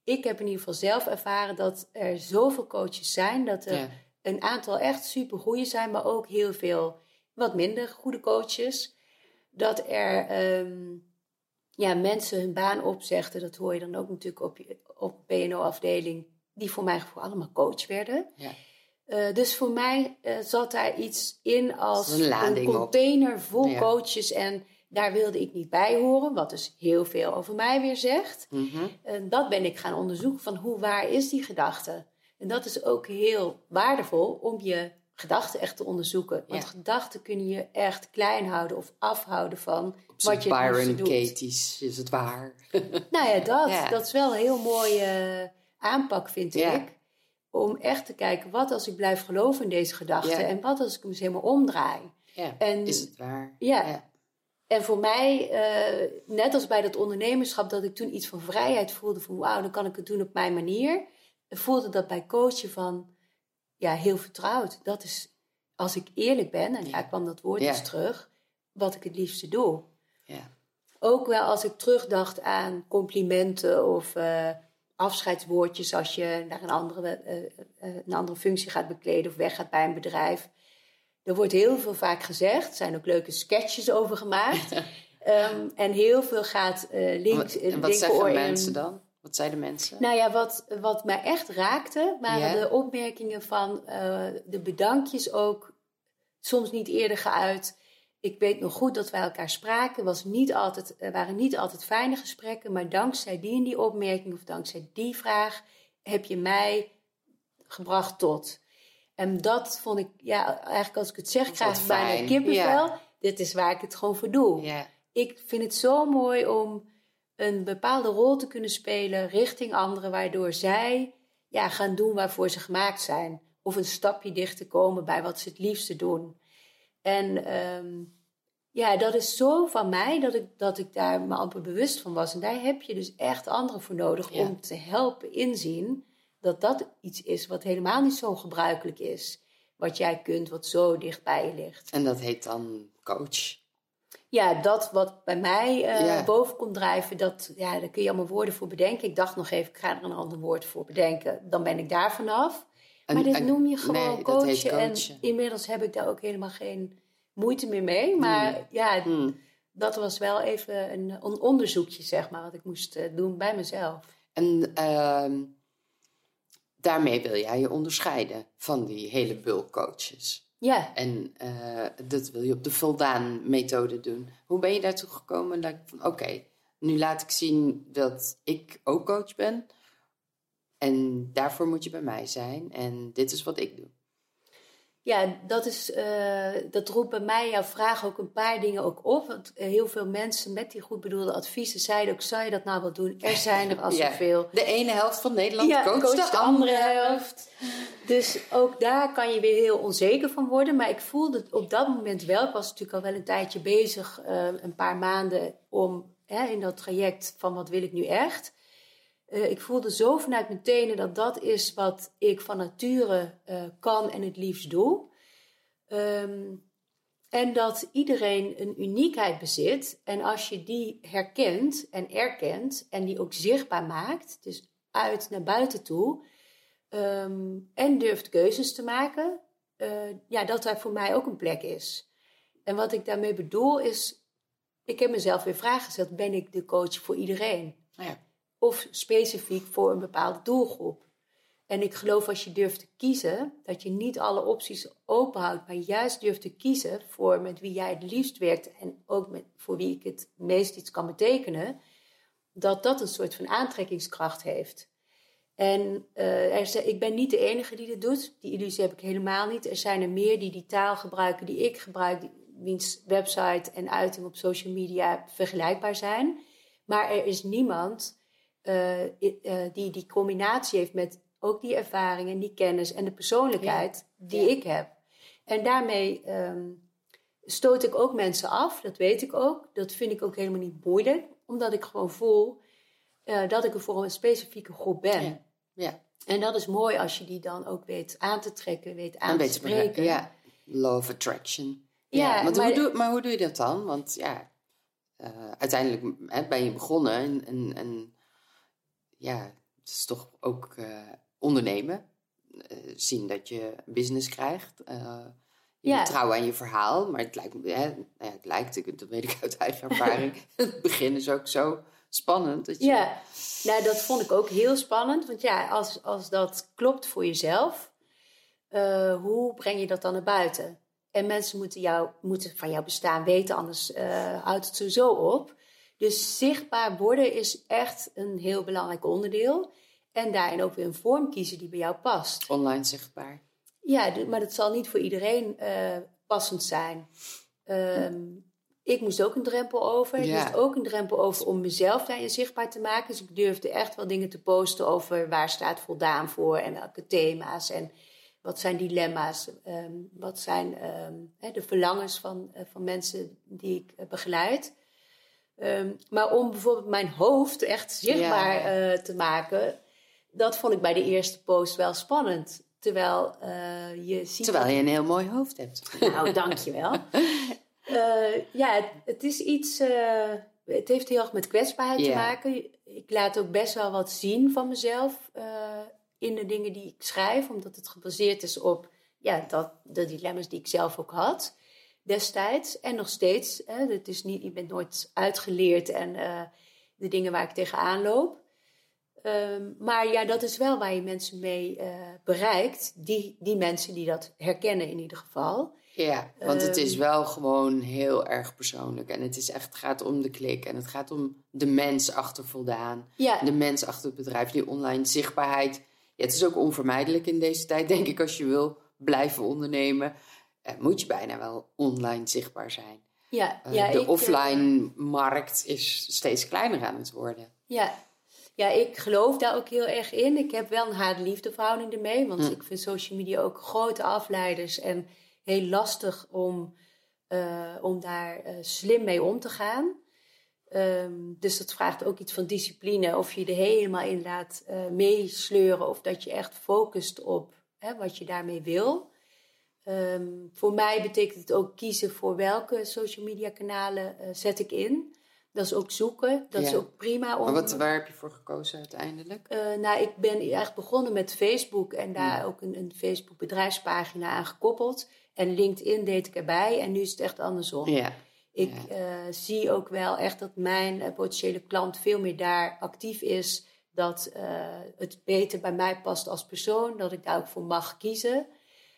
ik heb in ieder geval zelf ervaren dat er zoveel coaches zijn. Dat er ja. een aantal echt super goede zijn, maar ook heel veel wat minder goede coaches. Dat er um, ja, mensen hun baan opzegden. Dat hoor je dan ook natuurlijk op, op P en O-afdeling. Die voor mijn gevoel allemaal coach werden. Ja. Uh, dus voor mij uh, zat daar iets in als een, een container vol ja. coaches. En daar wilde ik niet bij horen. Wat dus heel veel over mij weer zegt. Mm-hmm. En dat ben ik gaan onderzoeken van hoe waar is die gedachte. En dat is ook heel waardevol om je gedachten echt te onderzoeken. Want ja. gedachten kunnen je echt klein houden of afhouden van wat je Byron doet. Katie's, is het waar? Nou ja, dat, ja. dat is wel een heel mooie uh, aanpak, vind ja. ik. Om echt te kijken, wat als ik blijf geloven in deze gedachten? Ja. En wat als ik hem eens helemaal omdraai? Ja. En, is het waar? Ja. ja. En voor mij, uh, net als bij dat ondernemerschap, dat ik toen iets van vrijheid voelde. Van wauw, dan kan ik het doen op mijn manier. En voelde dat bij coachen van, ja, heel vertrouwd. Dat is, als ik eerlijk ben, en ja, kwam dat woord ja. eens terug, wat ik het liefste doe. Ja. Ook wel als ik terugdacht aan complimenten of uh, afscheidswoordjes als je naar een andere, uh, uh, een andere functie gaat bekleden of weggaat bij een bedrijf. Er wordt heel veel vaak gezegd. Er zijn ook leuke sketches over gemaakt. um, en heel veel gaat uh, links. En wat zeggen mensen dan? Wat zeiden mensen? Nou ja, wat, wat mij echt raakte, waren yeah. de opmerkingen van uh, de bedankjes ook. Soms niet eerder geuit. Ik weet nog goed dat wij elkaar spraken. Was niet altijd, er waren niet altijd fijne gesprekken. Maar dankzij die en die opmerking of dankzij die vraag heb je mij gebracht tot. En dat vond ik, ja, eigenlijk als ik het zeg, krijg ik bijna een kippenvel. Ja. Dit is waar ik het gewoon voor doe. Ja. Ik vind het zo mooi om een bepaalde rol te kunnen spelen richting anderen, waardoor zij ja, gaan doen waarvoor ze gemaakt zijn. Of een stapje dichter komen bij wat ze het liefste doen. En um, ja, dat is zo van mij dat ik, dat ik daar me amper bewust van was. En daar heb je dus echt anderen voor nodig ja. om te helpen inzien dat dat iets is wat helemaal niet zo gebruikelijk is. Wat jij kunt, wat zo dicht bij je ligt. En dat heet dan coach? Ja, dat wat bij mij uh, ja. boven komt drijven, dat, ja, daar kun je allemaal woorden voor bedenken. Ik dacht nog even, ik ga er een ander woord voor bedenken. Dan ben ik daar vanaf. Maar en, dit en, noem je gewoon nee, coachen. coachen. En inmiddels heb ik daar ook helemaal geen moeite meer mee. Maar hmm. ja, hmm. dat was wel even een, een onderzoekje, zeg maar, wat ik moest uh, doen bij mezelf. En uh, daarmee wil jij je onderscheiden van die hele bulk coaches. Ja. En uh, dat wil je op de voldaan-methode doen. Hoe ben je daartoe gekomen? Dat ik van, oké, okay, nu laat ik zien dat ik ook coach ben. En daarvoor moet je bij mij zijn. En dit is wat ik doe. Ja, dat, is, uh, dat roept bij mij jouw vraag ook een paar dingen ook op. Want heel veel mensen met die goed bedoelde adviezen zeiden ook, zou je dat nou wel doen? Er zijn er al ja, zoveel. De ene helft van Nederland ja, coacht, coacht de, de andere helft. Dus ook daar kan je weer heel onzeker van worden. Maar ik voelde het op dat moment wel. Ik was natuurlijk al wel een tijdje bezig, uh, een paar maanden, om hè, in dat traject van wat wil ik nu echt. Uh, ik voelde zo vanuit mijn tenen dat dat is wat ik van nature uh, kan en het liefst doe. Um, en dat iedereen een uniekheid bezit. En als je die herkent en erkent en die ook zichtbaar maakt, dus uit naar buiten toe, um, en durft keuzes te maken, uh, ja, dat daar voor mij ook een plek is. En wat ik daarmee bedoel is, ik heb mezelf weer vragen gesteld, ben ik de coach voor iedereen? Ja. Of specifiek voor een bepaalde doelgroep. En ik geloof als je durft te kiezen, dat je niet alle opties openhoudt, maar juist durft te kiezen voor met wie jij het liefst werkt en ook met, voor wie ik het meest iets kan betekenen, dat dat een soort van aantrekkingskracht heeft. En uh, er zijn, ik ben niet de enige die dit doet. Die illusie heb ik helemaal niet. Er zijn er meer die die taal gebruiken die ik gebruik, die, wiens website en uiting op social media vergelijkbaar zijn. Maar er is niemand uh, uh, die die combinatie heeft met ook die ervaring en die kennis en de persoonlijkheid ja. die ja. ik heb. En daarmee um, stoot ik ook mensen af, dat weet ik ook. Dat vind ik ook helemaal niet moeilijk, omdat ik gewoon voel uh, dat ik er voor een specifieke groep ben. Ja. Ja. En dat is mooi als je die dan ook weet aan te trekken, weet aan te spreken. Ja, law of attraction. Ja, ja, want maar, hoe doe, maar hoe doe je dat dan? Want ja, uh, uiteindelijk hè, ben je begonnen en, en, en ja, het is toch ook uh, ondernemen. Uh, zien dat je business krijgt. Uh, je ja. Vertrouwen aan je verhaal. Maar het lijkt me, hè, nou ja, het lijkt, dat weet ik uit eigen ervaring. Het begin is ook zo spannend. Dat je... Ja, nou, dat vond ik ook heel spannend. Want ja, als, als dat klopt voor jezelf, uh, hoe breng je dat dan naar buiten? En mensen moeten, jou, moeten van jouw bestaan weten, anders uh, houdt het sowieso op. Dus zichtbaar worden is echt een heel belangrijk onderdeel. En daarin ook weer een vorm kiezen die bij jou past. Online zichtbaar. Ja, maar dat zal niet voor iedereen uh, passend zijn. Um, ik moest ook een drempel over. Ik ja. moest ook een drempel over om mezelf daarin zichtbaar te maken. Dus ik durfde echt wel dingen te posten over waar staat voldaan voor en welke thema's en wat zijn dilemma's, um, wat zijn um, he, de verlangens van, uh, van mensen die ik uh, begeleid. Um, maar om bijvoorbeeld mijn hoofd echt zichtbaar ja. uh, te maken, dat vond ik bij de eerste post wel spannend. Terwijl uh, je ziet... Terwijl je een heel mooi hoofd hebt. Nou, dankjewel. uh, ja, het, het is iets... Uh, het heeft heel erg met kwetsbaarheid yeah. te maken. Ik laat ook best wel wat zien van mezelf uh, in de dingen die ik schrijf. Omdat het gebaseerd is op ja, dat, de dilemma's die ik zelf ook had destijds. En nog steeds. Hè, het is niet, je bent nooit uitgeleerd en uh, de dingen waar ik tegenaan loop. Um, maar ja, dat is wel waar je mensen mee uh, bereikt. Die, die mensen die dat herkennen in ieder geval. Ja, want um, het is wel gewoon heel erg persoonlijk. En het is echt, het gaat om de klik. En het gaat om de mens achter Voldaan. Ja. De mens achter het bedrijf. Die online zichtbaarheid. Ja, het is ook onvermijdelijk in deze tijd, denk ik. Als je wil blijven ondernemen, uh, moet je bijna wel online zichtbaar zijn. Ja, uh, ja, de ik, offline uh, markt is steeds kleiner aan het worden. Ja. Ja, ik geloof daar ook heel erg in. Ik heb wel een haat-liefde verhouding ermee. Want hm. ik vind social media ook grote afleiders. En heel lastig om, uh, om daar uh, slim mee om te gaan. Um, dus dat vraagt ook iets van discipline. Of je er helemaal in laat uh, meesleuren. Of dat je echt focust op hè, wat je daarmee wil. Um, voor mij betekent het ook kiezen voor welke social media kanalen uh, zet ik in. Dat is ook zoeken. Dat ja. is ook prima. Om... Maar wat, waar heb je voor gekozen uiteindelijk? Uh, nou, ik ben eigenlijk begonnen met Facebook. En daar ja. ook een, een Facebook bedrijfspagina aan gekoppeld. En LinkedIn deed ik erbij. En nu is het echt andersom. Ja. Ik ja. Uh, zie ook wel echt dat mijn uh, potentiële klant veel meer daar actief is. Dat uh, het beter bij mij past als persoon. Dat ik daar ook voor mag kiezen.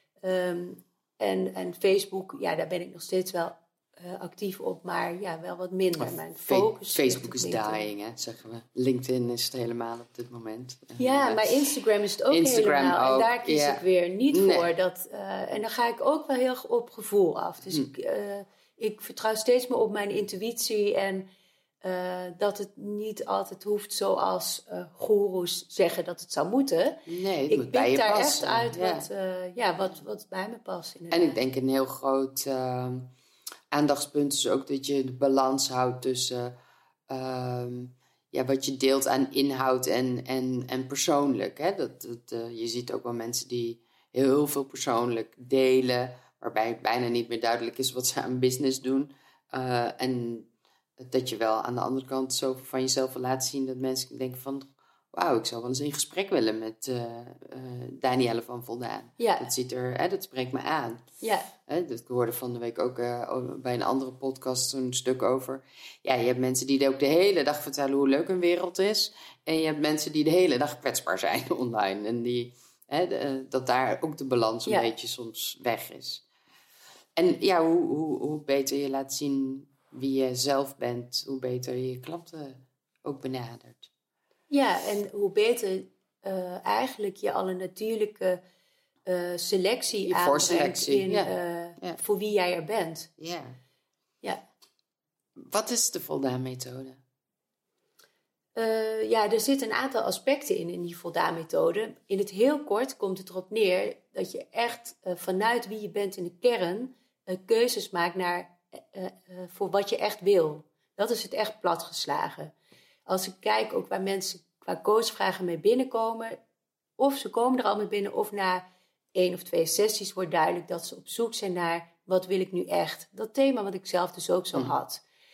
Um, en, en Facebook, ja, daar ben ik nog steeds wel Uh, actief op, maar ja, wel wat minder. Mijn focus Facebook is dying, hè, zeggen we. LinkedIn is het helemaal op dit moment. Ja, uh, maar Instagram is het ook Instagram helemaal. Ook, en daar kies yeah. ik weer niet nee. voor. Dat, uh, en dan ga ik ook wel heel erg op gevoel af. Dus hm. ik, uh, ik vertrouw steeds meer op mijn intuïtie en uh, dat het niet altijd hoeft zoals uh, goeroes zeggen dat het zou moeten. Nee, het ik moet bij je daar passen. echt uit ja. wat, uh, ja, wat, wat bij me past. Inderdaad. En ik denk een heel groot Uh, aandachtspunt is ook dat je de balans houdt tussen uh, ja, wat je deelt aan inhoud en, en, en persoonlijk. Hè? Dat, dat, uh, je ziet ook wel mensen die heel veel persoonlijk delen, waarbij het bijna niet meer duidelijk is wat ze aan business doen. Uh, en dat je wel aan de andere kant zoveel van jezelf wil laten zien dat mensen denken van, wauw, ik zou wel eens in gesprek willen met uh, uh, Danielle van Voldaan. Ja. Dat, ziet er, hè, dat spreekt me aan. Ja. Hè, dat ik hoorde van de week ook uh, bij een andere podcast een stuk over. Ja, je hebt mensen die ook de hele dag vertellen hoe leuk een wereld is. En je hebt mensen die de hele dag kwetsbaar zijn online. En die, hè, de, dat daar ook de balans een ja. beetje soms weg is. En ja, hoe, hoe, hoe beter je laat zien wie je zelf bent, hoe beter je je klanten ook benadert. Ja, en hoe beter uh, eigenlijk je al een natuurlijke uh, selectie aanbrengt in, ja. Uh, ja. voor wie jij er bent. Ja. ja. Wat is de Voldaan-methode? Uh, ja, er zitten een aantal aspecten in, in die Voldaan-methode. In het heel kort komt het erop neer dat je echt uh, vanuit wie je bent in de kern uh, keuzes maakt naar, uh, uh, voor wat je echt wil. Dat is het echt platgeslagen. Als ik kijk ook waar mensen qua coachvragen mee binnenkomen, of ze komen er al mee binnen, of na één of twee sessies wordt duidelijk dat ze op zoek zijn naar wat wil ik nu echt. Dat thema wat ik zelf dus ook zo had.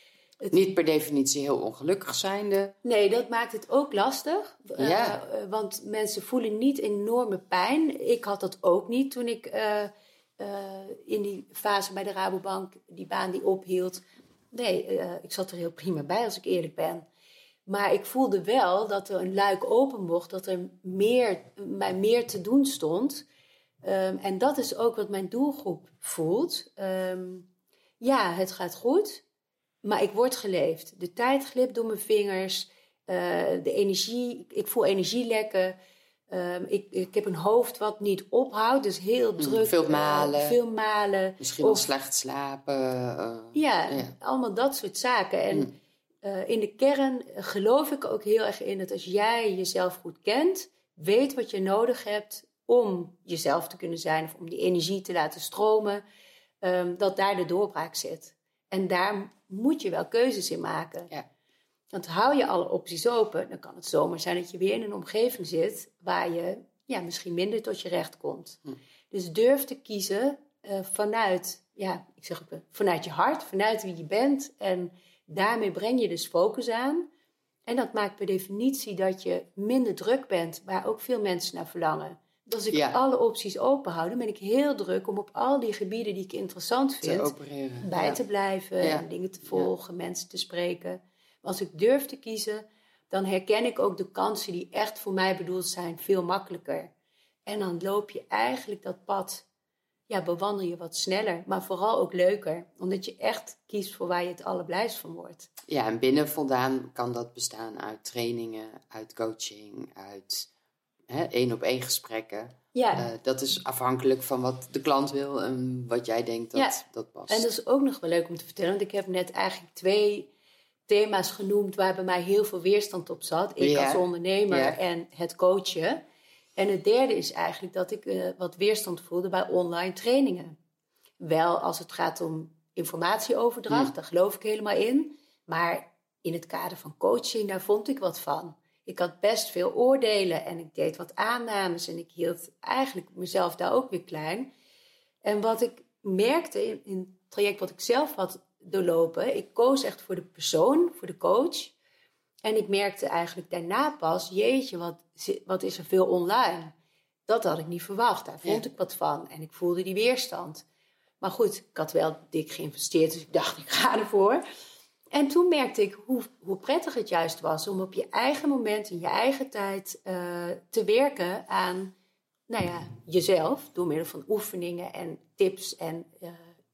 Het... Niet per definitie heel ongelukkig zijnde. Nee, dat maakt het ook lastig. Ja. Uh, want mensen voelen niet enorme pijn. Ik had dat ook niet toen ik uh, uh, in die fase bij de Rabobank die baan die ophield. Nee, uh, ik zat er heel prima bij als ik eerlijk ben. Maar ik voelde wel dat er een luik open mocht. Dat er meer, mij meer te doen stond. Um, en dat is ook wat mijn doelgroep voelt. Um, ja, het gaat goed. Maar ik word geleefd. De tijd glipt door mijn vingers. Uh, de energie, ik voel energielekken. Um, ik, ik heb een hoofd wat niet ophoudt. Dus heel druk. Mm, veel malen. Uh, veel malen. Misschien wel slecht slapen. Uh, ja, ja, allemaal dat soort zaken. En mm. uh, in de kern geloof ik ook heel erg in dat als jij jezelf goed kent, weet wat je nodig hebt om jezelf te kunnen zijn of om die energie te laten stromen, um, dat daar de doorbraak zit. En daar moet je wel keuzes in maken. Ja. Want hou je alle opties open, dan kan het zomaar zijn dat je weer in een omgeving zit waar je ja, misschien minder tot je recht komt. Hm. Dus durf te kiezen uh, vanuit, ja, ik zeg ook, vanuit je hart, vanuit wie je bent. En daarmee breng je dus focus aan. En dat maakt per definitie dat je minder druk bent, waar ook veel mensen naar verlangen. Dus als ik ja. alle opties open hou, dan ben ik heel druk om op al die gebieden die ik interessant vind, te opereren. bij ja. te blijven, ja. en dingen te volgen, ja. mensen te spreken. Maar als ik durf te kiezen, dan herken ik ook de kansen die echt voor mij bedoeld zijn veel makkelijker. En dan loop je eigenlijk dat pad, ja, bewandel je wat sneller, maar vooral ook leuker. Omdat je echt kiest voor waar je het allerblijst van wordt. Ja, en binnen Voldaan kan dat bestaan uit trainingen, uit coaching, uit hè, één-op-één gesprekken. Ja. Uh, dat is afhankelijk van wat de klant wil en wat jij denkt dat, ja. dat past. En dat is ook nog wel leuk om te vertellen, want ik heb net eigenlijk twee thema's genoemd waar bij mij heel veel weerstand op zat. Ik ja. als ondernemer ja. en het coachen. En het derde is eigenlijk dat ik uh, wat weerstand voelde bij online trainingen. Wel als het gaat om informatieoverdracht, mm. daar geloof ik helemaal in. Maar in het kader van coaching, daar vond ik wat van. Ik had best veel oordelen en ik deed wat aannames. En ik hield eigenlijk mezelf daar ook weer klein. En wat ik merkte in, in het traject wat ik zelf had doorlopen, ik koos echt voor de persoon, voor de coach. En ik merkte eigenlijk daarna pas, jeetje, wat, wat is er veel online. Dat had ik niet verwacht, daar vond ja. ik wat van. En ik voelde die weerstand. Maar goed, ik had wel dik geïnvesteerd, dus ik dacht, ik ga ervoor. En toen merkte ik hoe, hoe prettig het juist was om op je eigen moment, in je eigen tijd, uh, te werken aan nou ja, jezelf. Door middel van oefeningen en tips en uh,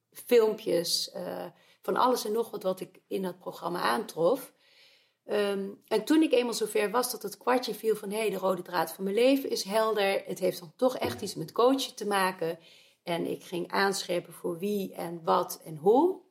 filmpjes, uh, van alles en nog wat wat ik in dat programma aantrof. Um, en toen ik eenmaal zover was dat het kwartje viel van, hé, hey, de rode draad van mijn leven is helder. Het heeft dan toch echt iets met coachen te maken. En ik ging aanscherpen voor wie en wat en hoe.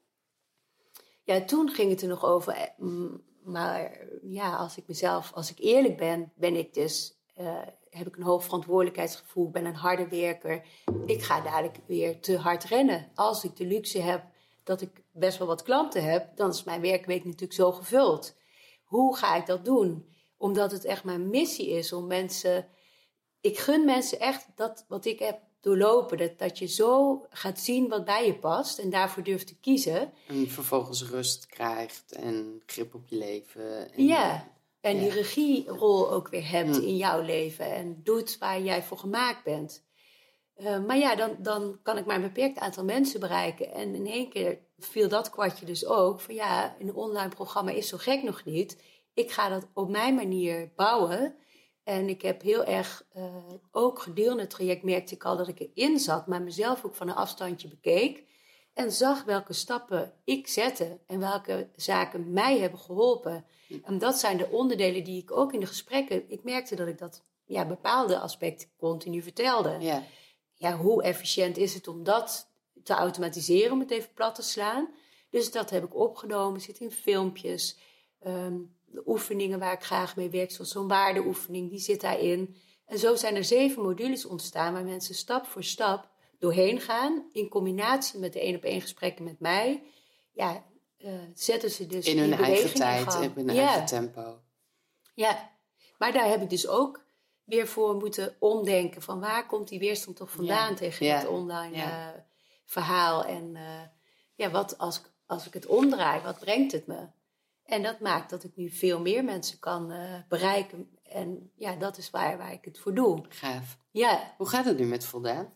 Ja, toen ging het er nog over. Maar ja, als ik mezelf, als ik eerlijk ben, ben ik dus, uh, heb ik een hoog verantwoordelijkheidsgevoel, ben een harde werker. Ik ga dadelijk weer te hard rennen. Als ik de luxe heb dat ik best wel wat klanten heb, dan is mijn werkweek natuurlijk zo gevuld. Hoe ga ik dat doen? Omdat het echt mijn missie is om mensen... Ik gun mensen echt dat wat ik heb doorlopen. Dat, dat je zo gaat zien wat bij je past en daarvoor durft te kiezen. En vervolgens rust krijgt en grip op je leven. En, ja, en ja. die regierol ook weer hebt hm. in jouw leven. En doet waar jij voor gemaakt bent. Uh, maar ja, dan, dan kan ik maar een beperkt aantal mensen bereiken. En in één keer viel dat kwartje dus ook. Van ja, een online programma is zo gek nog niet. Ik ga dat op mijn manier bouwen. En ik heb heel erg, uh, ook gedurende het traject merkte ik al dat ik erin zat. Maar mezelf ook van een afstandje bekeek. En zag welke stappen ik zette. En welke zaken mij hebben geholpen. En dat zijn de onderdelen die ik ook in de gesprekken... Ik merkte dat ik dat ja, bepaalde aspecten continu vertelde. Ja. Ja, hoe efficiënt is het om dat te automatiseren, om het even plat te slaan. Dus dat heb ik opgenomen, zit in filmpjes. Um, de oefeningen waar ik graag mee werk, zoals zo'n waardeoefening, die zit daarin. En zo zijn er zeven modules ontstaan waar mensen stap voor stap doorheen gaan. In combinatie met de één-op-één gesprekken met mij. Ja, uh, zetten ze dus in hun die eigen tijd, in in hun ja. eigen tempo. Ja, maar daar heb ik dus ook weer voor moeten omdenken. Van waar komt die weerstand toch vandaan ja. tegen ja. het online ja. uh, verhaal. En uh, ja, wat als, als ik het omdraai, wat brengt het me? En dat maakt dat ik nu veel meer mensen kan uh, bereiken. En ja, dat is waar, waar ik het voor doe. Gaaf. Ja. Hoe gaat het nu met Voldaan?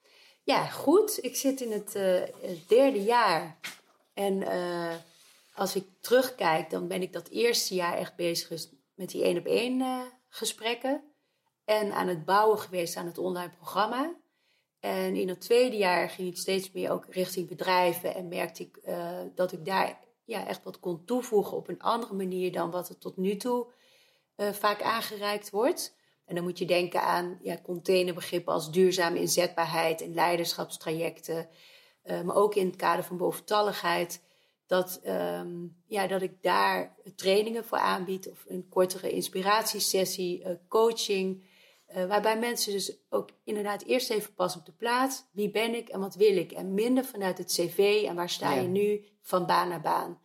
Ja, goed. Ik zit in het, uh, het derde jaar. En uh, als ik terugkijk, dan ben ik dat eerste jaar echt bezig met die één op één uh, gesprekken. En aan het bouwen geweest aan het online programma. En in het tweede jaar ging ik steeds meer ook richting bedrijven. En merkte ik uh, dat ik daar ja, echt wat kon toevoegen op een andere manier dan wat er tot nu toe uh, vaak aangereikt wordt. En dan moet je denken aan ja, containerbegrippen als duurzame inzetbaarheid en leiderschapstrajecten. Uh, maar ook in het kader van boventalligheid. Dat, um, ja, dat ik daar trainingen voor aanbied. Of een kortere inspiratiesessie, uh, coaching. Uh, waarbij mensen dus ook inderdaad eerst even pas op de plaats. Wie ben ik en wat wil ik? En minder vanuit het cv en waar sta je ja. nu van baan naar baan.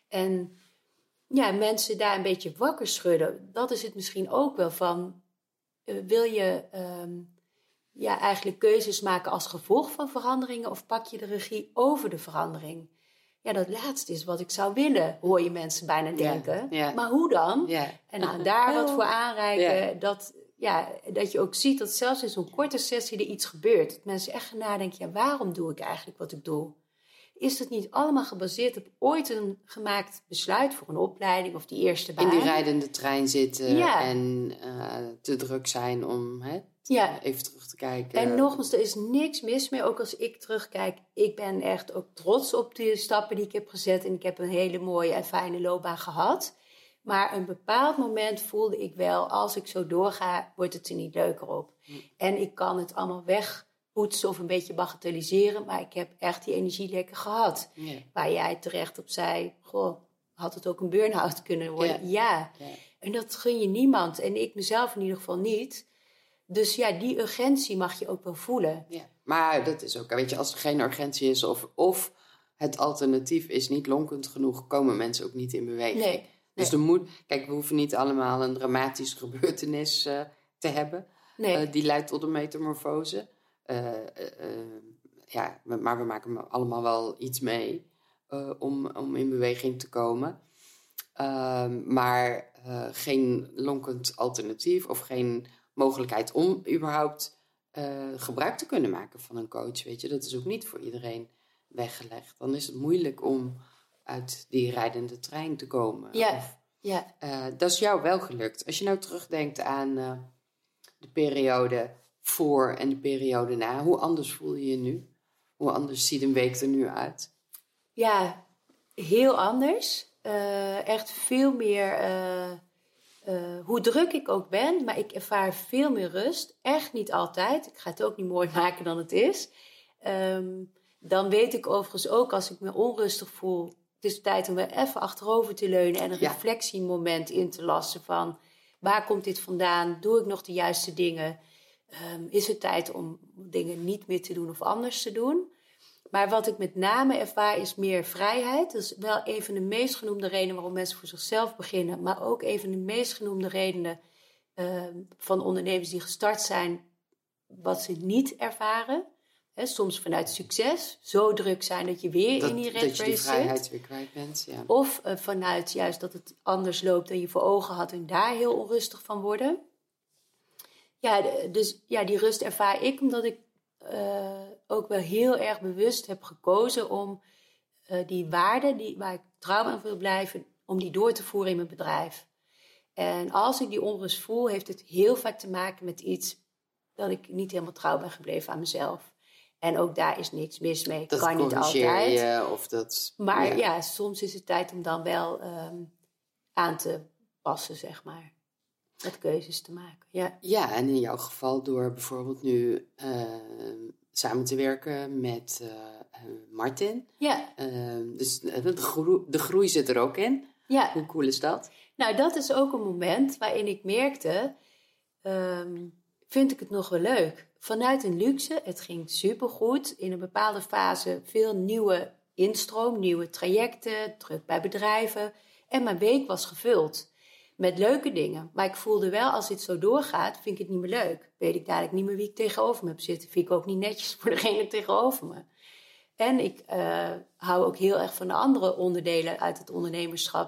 En ja, mensen daar een beetje wakker schudden. Dat is het misschien ook wel van... Uh, wil je um, ja, eigenlijk keuzes maken als gevolg van veranderingen... of pak je de regie over de verandering? Ja, dat laatste is wat ik zou willen, hoor je mensen bijna denken. Ja, ja. Maar hoe dan? Ja. En nou, daar wat voor aanreiken... Ja. Dat, ja, dat je ook ziet dat zelfs in zo'n korte sessie er iets gebeurt. Dat mensen echt gaan nadenken, ja, waarom doe ik eigenlijk wat ik doe? Is dat niet allemaal gebaseerd op ooit een gemaakt besluit voor een opleiding of die eerste baan? In die rijdende trein zitten ja. en uh, te druk zijn om hè, ja. even terug te kijken. En nogmaals, er is niks mis mee. Ook als ik terugkijk, ik ben echt ook trots op de stappen die ik heb gezet. En ik heb een hele mooie en fijne loopbaan gehad. Maar een bepaald moment voelde ik wel, als ik zo doorga, wordt het er niet leuker op. Hm. En ik kan het allemaal wegpoetsen of een beetje bagatelliseren. Maar ik heb echt die energielekken gehad. Ja. Waar jij terecht op zei, goh, had het ook een burn-out kunnen worden? Ja. ja. ja. En dat gun je niemand. En ik mezelf in ieder geval niet. Dus ja, die urgentie mag je ook wel voelen. Ja. Maar dat is ook, weet je, als er geen urgentie is of, of het alternatief is niet lonkend genoeg, komen mensen ook niet in beweging. Nee. Dus nee. er moet, kijk, we hoeven niet allemaal een dramatische gebeurtenis uh, te hebben. Nee. Uh, die leidt tot een metamorfose. Uh, uh, uh, ja, maar we maken allemaal wel iets mee uh, om, om in beweging te komen. Uh, maar uh, geen lonkend alternatief of geen mogelijkheid om überhaupt uh, gebruik te kunnen maken van een coach. Weet je, dat is ook niet voor iedereen weggelegd. Dan is het moeilijk om uit die rijdende trein te komen. Ja, of, ja. Uh, dat is jou wel gelukt. Als je nou terugdenkt aan uh, de periode voor en de periode na, hoe anders voel je je nu? Hoe anders ziet een week er nu uit? Ja, heel anders. Uh, echt veel meer, uh, uh, hoe druk ik ook ben, maar ik ervaar veel meer rust. Echt niet altijd. Ik ga het ook niet mooier maken dan het is. Um, dan weet ik overigens ook, als ik me onrustig voel, het is tijd om weer even achterover te leunen en een ja. reflectiemoment in te lassen van, waar komt dit vandaan? Doe ik nog de juiste dingen? Um, is het tijd om dingen niet meer te doen of anders te doen? Maar wat ik met name ervaar is meer vrijheid. Dat is wel een van de meest genoemde redenen waarom mensen voor zichzelf beginnen. Maar ook een van de meest genoemde redenen uh, van ondernemers die gestart zijn, wat ze niet ervaren. He, soms vanuit succes, zo druk zijn dat je weer dat, in die red race zit. Dat je die vrijheid weer kwijt bent, ja. Of uh, vanuit juist dat het anders loopt dan je voor ogen had en daar heel onrustig van worden. Ja, de, dus ja, die rust ervaar ik omdat ik uh, ook wel heel erg bewust heb gekozen om uh, die waarden die, waar ik trouw aan wil blijven, om die door te voeren in mijn bedrijf. En als ik die onrust voel, heeft het heel vaak te maken met iets dat ik niet helemaal trouw ben gebleven aan mezelf. En ook daar is niks mis mee. Dat kan niet altijd. Je, of dat, maar ja. ja, soms is het tijd om dan wel um, aan te passen, zeg maar. Met keuzes te maken. Ja. ja, en in jouw geval door bijvoorbeeld nu uh, samen te werken met uh, Martin. Ja. Uh, dus de groei, de groei zit er ook in. Ja. Hoe cool is dat? Nou, dat is ook een moment waarin ik merkte, um, vind ik het nog wel leuk. Vanuit een luxe, het ging supergoed. In een bepaalde fase veel nieuwe instroom, nieuwe trajecten, druk bij bedrijven. En mijn week was gevuld met leuke dingen. Maar ik voelde wel, als dit zo doorgaat, vind ik het niet meer leuk. Weet ik dadelijk niet meer wie ik tegenover me heb zitten. Vind ik ook niet netjes voor degene tegenover me. En ik uh, hou ook heel erg van de andere onderdelen uit het ondernemerschap.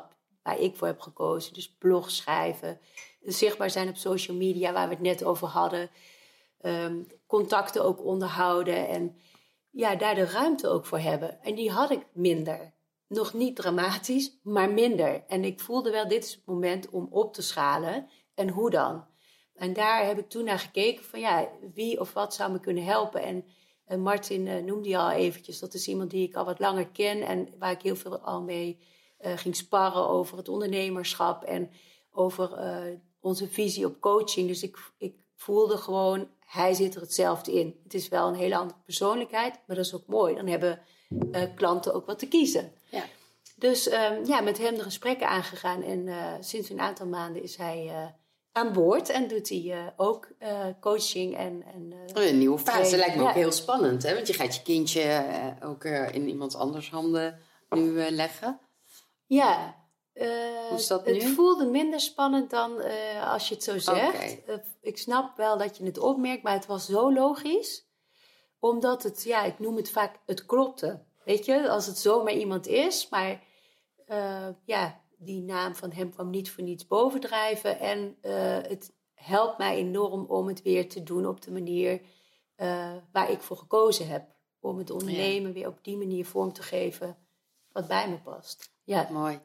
waar ik voor heb gekozen. Dus blog schrijven, zichtbaar zijn op social media, waar we het net over hadden. Um, contacten ook onderhouden en ja, daar de ruimte ook voor hebben. En die had ik minder. Nog niet dramatisch, maar minder. En ik voelde wel, dit is het moment om op te schalen. En hoe dan? En daar heb ik toen naar gekeken van ja, wie of wat zou me kunnen helpen. En, en Martin uh, noemde je al eventjes, dat is iemand die ik al wat langer ken en waar ik heel veel al mee uh, ging sparren over het ondernemerschap en over uh, onze visie op coaching. Dus ik, ik voelde gewoon, hij zit er hetzelfde in. Het is wel een hele andere persoonlijkheid, maar dat is ook mooi. Dan hebben uh, klanten ook wat te kiezen. Ja. Dus um, ja, met hem de gesprekken aangegaan. En uh, sinds een aantal maanden is hij uh, aan boord. En doet hij uh, ook uh, coaching en... en uh, een nieuwe fase. Dat lijkt me ja. ook heel spannend. Hè? Want je gaat je kindje uh, ook uh, in iemand anders handen nu uh, leggen. Ja. Uh, Hoe is dat nu? Het voelde minder spannend dan uh, als je het zo zegt. Okay. Uh, ik snap wel dat je het opmerkt, maar het was zo logisch. Omdat het, ja, ik noem het vaak, het klopte. Weet je, als het zomaar iemand is. Maar uh, ja, die naam van hem kwam niet voor niets bovendrijven. En uh, het helpt mij enorm om het weer te doen op de manier uh, waar ik voor gekozen heb. Om het ondernemen ja. weer op die manier vorm te geven wat bij me past. Ja, mooi.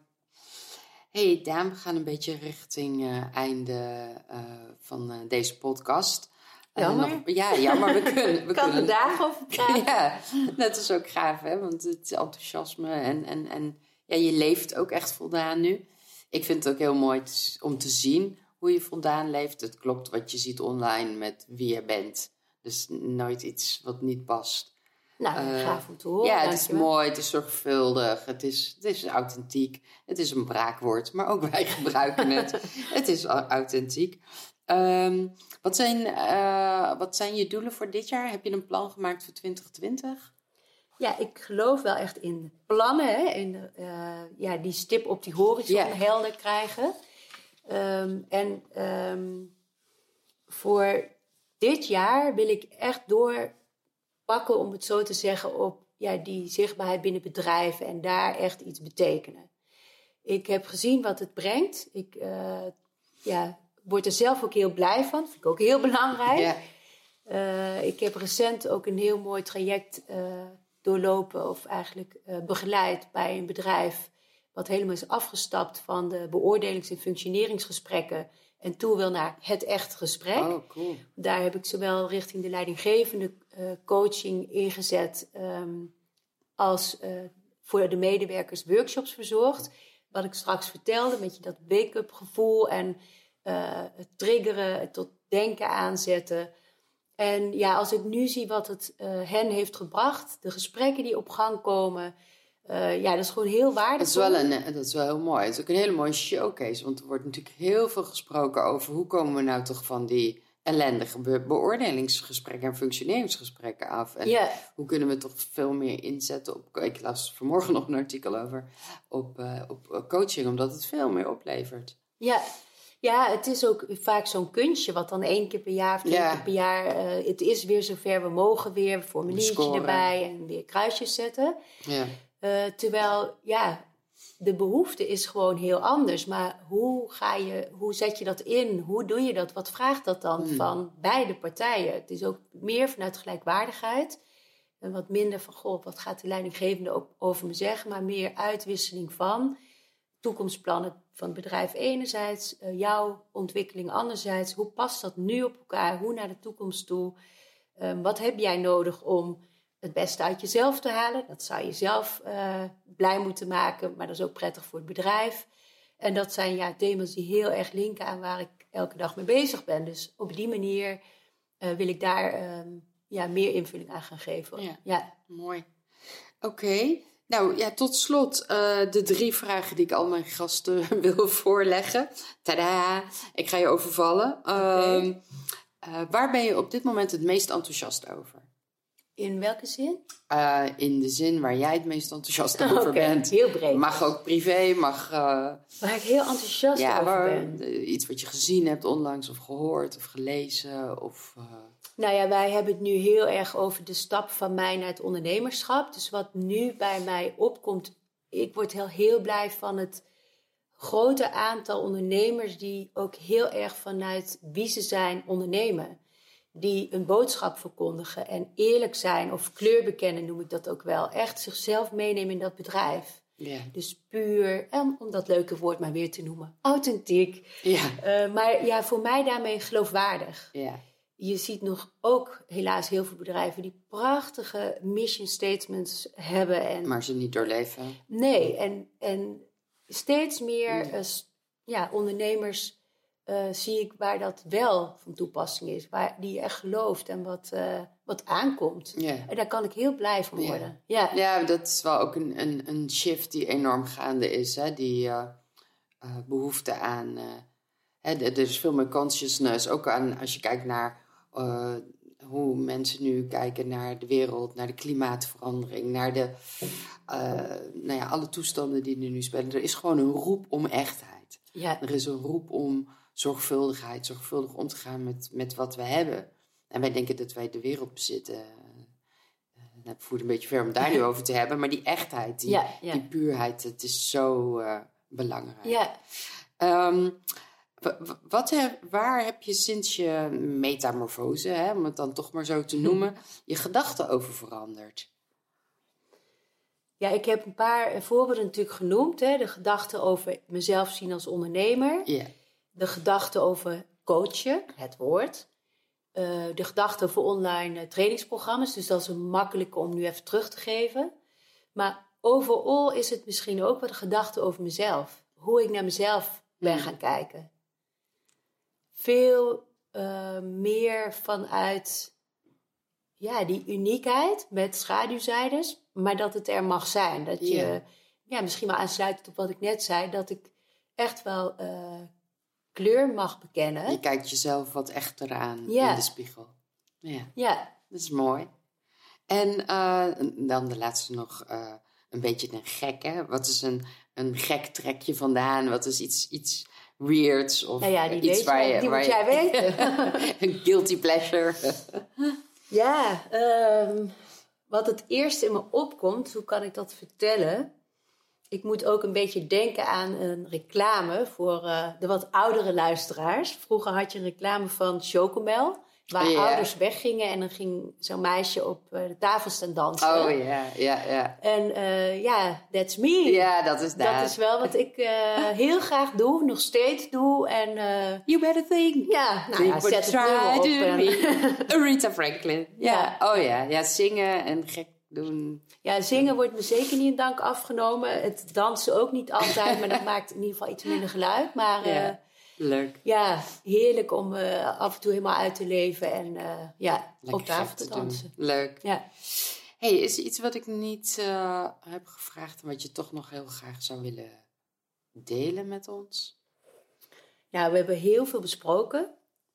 Hey Daan, we gaan een beetje richting uh, einde uh, van uh, deze podcast. Jammer. Uh, nog, ja, jammer. We kunnen, we kan kunnen, er dagen over praten. Ja, dat is ook gaaf, hè? Want het enthousiasme en, en, en ja, je leeft ook echt voldaan nu. Ik vind het ook heel mooi te, om te zien hoe je voldaan leeft. Het klopt wat je ziet online met wie je bent. Dus nooit iets wat niet past. Nou, uh, gaaf om te horen. Ja, het is mooi, het is zorgvuldig, het is, het is authentiek. Het is een braakwoord, maar ook wij gebruiken het. Het is authentiek. Um, wat, zijn, uh, wat zijn je doelen voor dit jaar? Heb je een plan gemaakt voor twintig twintig? Ja, ik geloof wel echt in plannen. Hè? In de, uh, ja, die stip op die horizon yeah. helder krijgen. Um, en um, voor dit jaar wil ik echt door... pakken, om het zo te zeggen, op ja, die zichtbaarheid binnen bedrijven en daar echt iets betekenen. Ik heb gezien wat het brengt. Ik uh, ja, word er zelf ook heel blij van. Vind ik ook heel belangrijk. Ja. Uh, ik heb recent ook een heel mooi traject uh, doorlopen of eigenlijk uh, begeleid bij een bedrijf wat helemaal is afgestapt van de beoordelings- en functioneringsgesprekken en toe wil naar het echt gesprek. Oh, cool. Daar heb ik zowel richting de leidinggevende uh, coaching ingezet um, als uh, voor de medewerkers workshops verzorgd. Wat ik straks vertelde, met je dat wake-up gevoel en uh, het triggeren, het tot denken aanzetten. En ja, als ik nu zie wat het uh, hen heeft gebracht, de gesprekken die op gang komen... Uh, ja, dat is gewoon heel waardevol. Dat is, wel een, dat is wel heel mooi. Het is ook een hele mooie showcase. Want er wordt natuurlijk heel veel gesproken over... hoe komen we nou toch van die ellendige be- beoordelingsgesprekken... en functioneringsgesprekken af. En yeah. hoe kunnen we toch veel meer inzetten op... Ik las vanmorgen nog een artikel over op, uh, op coaching... omdat het veel meer oplevert. Ja, ja, het is ook vaak zo'n kunstje... wat dan één keer per jaar of twee yeah. keer per jaar... Uh, het is weer zover, we mogen weer... een formuliertje erbij en weer kruisjes zetten... Ja. Uh, terwijl, ja, de behoefte is gewoon heel anders. Maar hoe, ga je, hoe zet je dat in? Hoe doe je dat? Wat vraagt dat dan hmm. van beide partijen? Het is ook meer vanuit gelijkwaardigheid. En wat minder van, goh, wat gaat de leidinggevende ook over me zeggen? Maar meer uitwisseling van toekomstplannen van het bedrijf enerzijds. Uh, jouw ontwikkeling anderzijds. Hoe past dat nu op elkaar? Hoe naar de toekomst toe? Um, wat heb jij nodig om... het beste uit jezelf te halen. Dat zou je zelf uh, blij moeten maken. Maar dat is ook prettig voor het bedrijf. En dat zijn ja, thema's die heel erg linken aan waar ik elke dag mee bezig ben. Dus op die manier uh, wil ik daar um, ja, meer invulling aan gaan geven. Ja, ja. Mooi. Oké. Okay. Nou ja, tot slot uh, de drie vragen die ik al mijn gasten wil voorleggen. Tadaa! Ik ga je overvallen. Okay. Uh, uh, waar ben je op dit moment het meest enthousiast over? In welke zin? Uh, in de zin waar jij het meest enthousiast over okay, bent. Heel breed. Mag ook privé, mag... Uh, waar ik heel enthousiast ja, over waar, ben. Iets wat je gezien hebt onlangs of gehoord of gelezen of... Uh... Nou ja, wij hebben het nu heel erg over de stap van mij naar het ondernemerschap. Dus wat nu bij mij opkomt, ik word heel, heel blij van het grote aantal ondernemers die ook heel erg vanuit wie ze zijn ondernemen. Die een boodschap verkondigen en eerlijk zijn of kleur bekennen, noem ik dat ook wel. Echt zichzelf meenemen in dat bedrijf. Yeah. Dus puur, en om dat leuke woord maar weer te noemen, authentiek. Yeah. Uh, maar ja, voor mij daarmee geloofwaardig. Yeah. Je ziet nog ook helaas heel veel bedrijven die prachtige mission statements hebben. En, maar ze niet doorleven. Nee, en, en steeds meer ja. Uh, ja, ondernemers uh, zie ik waar dat wel van toepassing is. Waar die je echt gelooft en wat, uh, wat aankomt. Yeah. En daar kan ik heel blij van worden. Yeah. Ja. ja, dat is wel ook een, een, een shift die enorm gaande is. Hè? Die uh, uh, behoefte aan... Uh, hè, er is veel meer consciousness. Ook aan, als je kijkt naar... Uh, hoe mensen nu kijken naar de wereld, naar de klimaatverandering, naar de, uh, nou ja, alle toestanden die er nu spelen. Er is gewoon een roep om echtheid. Ja. Er is een roep om zorgvuldigheid, zorgvuldig om te gaan met, met wat we hebben. En wij denken dat wij de wereld bezitten. Uh, nou, ik voel het een beetje ver om daar nu over te hebben, maar die echtheid, die, ja, ja. die puurheid, het is zo uh, belangrijk. Ja. Um, Wat heb, waar heb je sinds je metamorfose, hè, om het dan toch maar zo te noemen, je gedachten over veranderd? Ja, ik heb een paar voorbeelden natuurlijk genoemd. Hè. De gedachten over mezelf zien als ondernemer. Yeah. De gedachten over coachen, het woord. Uh, de gedachten over online trainingsprogramma's. Dus dat is een makkelijke om nu even terug te geven. Maar overal is het misschien ook wat de gedachten over mezelf. Hoe ik naar mezelf ben gaan kijken. Veel uh, meer vanuit ja, die uniekheid met schaduwzijdes, maar dat het er mag zijn. Dat je, yeah. ja, misschien wel aansluitend op wat ik net zei, dat ik echt wel uh, kleur mag bekennen. Je kijkt jezelf wat echter aan ja. in de spiegel. Ja, ja. Dat is mooi. En uh, dan de laatste nog uh, een beetje een gek, hè? Wat is een, een gek trekje vandaan? Wat is iets... iets weirds of nou ja, die iets weet waar je, je... die waar moet je, jij weten. Een guilty pleasure. Ja, um, wat het eerste in me opkomt, hoe kan ik dat vertellen? Ik moet ook een beetje denken aan een reclame voor uh, de wat oudere luisteraars. Vroeger had je een reclame van Chocomel, waar yeah. ouders weggingen en dan ging zo'n meisje op uh, de tafel staan dansen. Oh ja, yeah, ja, yeah, ja. En uh, ja, yeah, that's me. Ja, dat is dat. Dat is wel wat ik uh, heel graag doe, nog steeds doe. En, uh, you better think. Ja, nou ja, zet het nummer op. En... Aretha Franklin. Ja. ja. Oh ja, ja, zingen en gek doen. Ja, zingen wordt me zeker niet in dank afgenomen. Het dansen ook niet altijd, maar dat maakt in ieder geval iets minder geluid. Maar... Uh, ja. Leuk. Ja, heerlijk om uh, af en toe helemaal uit te leven en uh, ja, lekker op tafel te, te dansen. Doen. Leuk. Ja. Hey, is er iets wat ik niet uh, heb gevraagd en wat je toch nog heel graag zou willen delen met ons? Ja, we hebben heel veel besproken.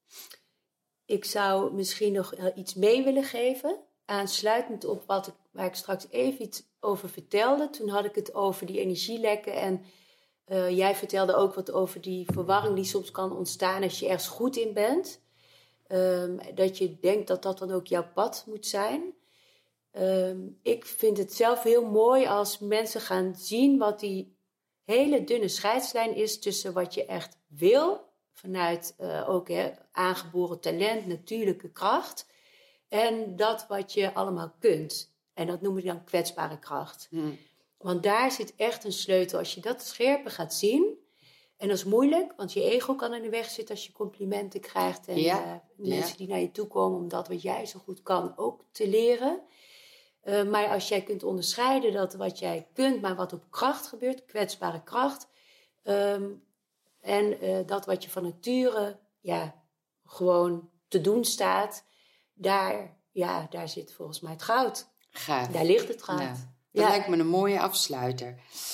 Ik zou misschien nog iets mee willen geven, aansluitend op wat ik, waar ik straks even iets over vertelde. Toen had ik het over die energielekken en... Uh, jij vertelde ook wat over die verwarring die soms kan ontstaan als je ergens goed in bent. Um, dat je denkt dat dat dan ook jouw pad moet zijn. Um, ik vind het zelf heel mooi als mensen gaan zien wat die hele dunne scheidslijn is tussen wat je echt wil, vanuit uh, ook hè, aangeboren talent, natuurlijke kracht, en dat wat je allemaal kunt. En dat noem ik dan kwetsbare kracht. Hmm. Want daar zit echt een sleutel. Als je dat scherper gaat zien. En dat is moeilijk, want je ego kan in de weg zitten als je complimenten krijgt. En ja. uh, mensen ja. die naar je toe komen om dat wat jij zo goed kan ook te leren. Uh, maar als jij kunt onderscheiden dat wat jij kunt, maar wat op kracht gebeurt, kwetsbare kracht. Um, en uh, dat wat je van nature ja, gewoon te doen staat. Daar, ja, daar zit volgens mij het goud. Gaaf. Daar ligt het goud. Ja. Dat ja. lijkt me een mooie afsluiter.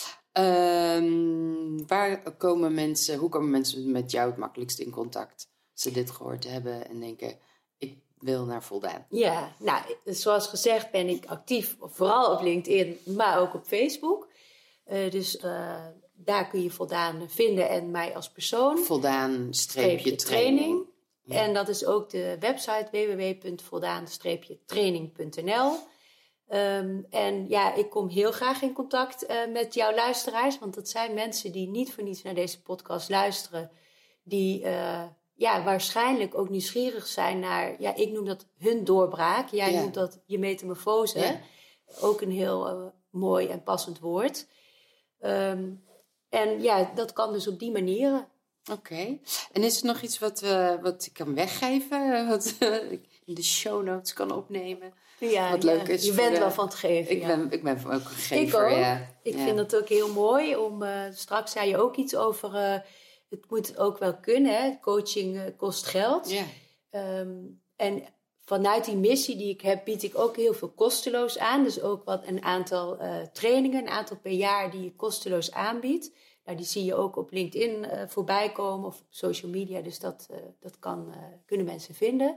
Um, waar komen mensen, hoe komen mensen met jou het makkelijkst in contact? Als ze dit gehoord hebben en denken, ik wil naar Voldaan. Ja, nou, zoals gezegd ben ik actief, vooral op LinkedIn, maar ook op Facebook. Uh, dus uh, daar kun je Voldaan vinden en mij als persoon. Voldaan streepje training. Ja. En dat is ook de website w w w punt voldaan streepje training punt n l. Um, en ja, ik kom heel graag in contact uh, met jouw luisteraars. Want dat zijn mensen die niet voor niets naar deze podcast luisteren. Die uh, ja, waarschijnlijk ook nieuwsgierig zijn naar... Ja, ik noem dat hun doorbraak. Jij ja. noemt dat je metamorfose. Ja. Ook een heel uh, mooi en passend woord. Um, en ja, dat kan dus op die manieren. Oké. Okay. En is er nog iets wat, uh, wat ik kan weggeven? Wat uh, ik in de show notes kan opnemen? Ja, wat ja. leuk is. Je bent de, wel van het geven. Ik, ja. ben, ik ben ook een gever. Ik ook. Ja. Ik ja. vind dat ook heel mooi. Om, uh, straks zei je ook iets over... Uh, het moet ook wel kunnen. Hè? Coaching uh, kost geld. Ja. Um, en vanuit die missie die ik heb... bied ik ook heel veel kosteloos aan. Dus ook wat een aantal uh, trainingen. Een aantal per jaar die je kosteloos aanbiedt. Nou, die zie je ook op LinkedIn uh, voorbij komen. Of op social media. Dus dat, uh, dat kan, uh, kunnen mensen vinden.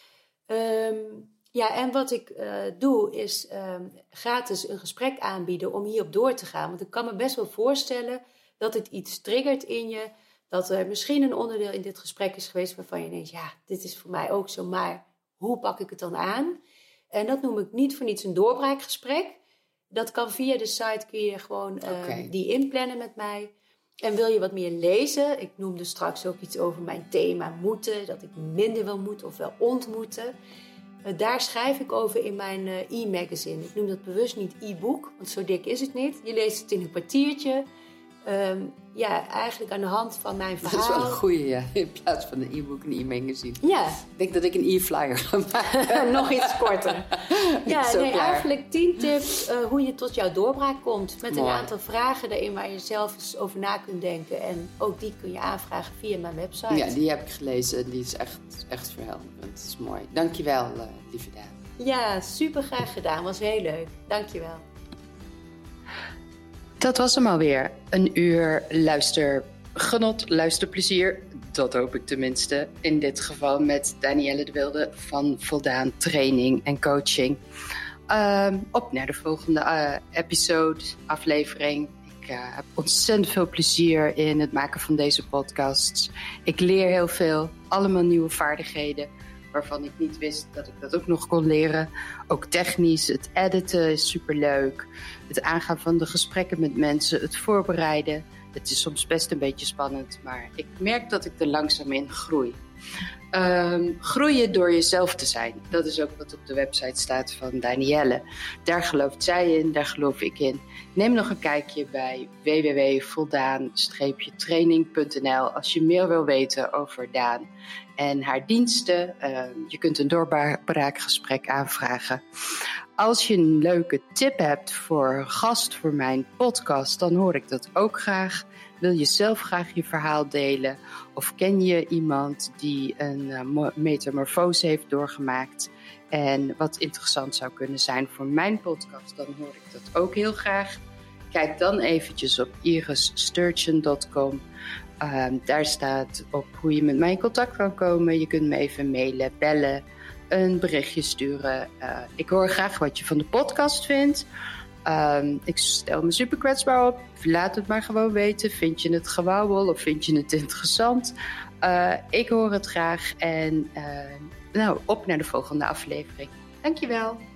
Um, Ja, en wat ik uh, doe is um, gratis een gesprek aanbieden om hierop door te gaan. Want ik kan me best wel voorstellen dat het iets triggert in je. Dat er misschien een onderdeel in dit gesprek is geweest waarvan je denkt... ja, dit is voor mij ook zo, maar hoe pak ik het dan aan? En dat noem ik niet voor niets een doorbraakgesprek. Dat kan via de site, kun je gewoon uh, okay. die inplannen met mij. En wil je wat meer lezen? Ik noemde straks ook iets over mijn thema moeten. Dat ik minder wil moeten of wel ontmoeten. Uh, daar schrijf ik over in mijn uh, e-magazine. Ik noem dat bewust niet e-book, want zo dik is het niet. Je leest het in een kwartiertje. Um, ja, eigenlijk aan de hand van mijn verhaal. Dat is wel een goeie, ja. In plaats van een e-book, een e-magazine. Ja. Ik denk dat ik een e-flyer ga maken. Nog iets korter. Ja, nee, eigenlijk tien tips uh, hoe je tot jouw doorbraak komt. Met Mooi. Een aantal vragen daarin waar je zelf eens over na kunt denken. En ook die kun je aanvragen via mijn website. Ja, die heb ik gelezen. Die is echt, echt verhelderend. Dat is mooi. Dankjewel, uh, lieve Daan. Ja, super graag gedaan. Was heel leuk. Dankjewel. Dat was hem alweer. Een uur luistergenot, luisterplezier. Dat hoop ik tenminste. In dit geval met Danielle de Wilde van Voldaan Training en Coaching. Um, op naar de volgende uh, episode, aflevering. Ik uh, heb ontzettend veel plezier in het maken van deze podcasts. Ik leer heel veel, allemaal nieuwe vaardigheden... waarvan ik niet wist dat ik dat ook nog kon leren. Ook technisch, het editen is superleuk. Het aangaan van de gesprekken met mensen, het voorbereiden. Het is soms best een beetje spannend, maar ik merk dat ik er langzaam in groei. Um, groeien door jezelf te zijn. Dat is ook wat op de website staat van Danielle. Daar gelooft zij in, daar geloof ik in. Neem nog een kijkje bij w w w punt voldaan training punt n l als je meer wil weten over Daan en haar diensten. Uh, je kunt een doorbraakgesprek aanvragen. Als je een leuke tip hebt voor een gast voor mijn podcast, dan hoor ik dat ook graag. Wil je zelf graag je verhaal delen? Of ken je iemand die een uh, metamorfose heeft doorgemaakt en wat interessant zou kunnen zijn voor mijn podcast, dan hoor ik dat ook heel graag. Kijk dan eventjes op iris sturgeon punt com. Uh, daar staat op hoe je met mij in contact kan komen. Je kunt me even mailen, bellen, een berichtje sturen. Uh, ik hoor graag wat je van de podcast vindt. Um, ik stel me super kwetsbaar op. Laat het maar gewoon weten. Vind je het gewauwel of vind je het interessant? Uh, ik hoor het graag. En uh, nou, op naar de volgende aflevering. Dankjewel.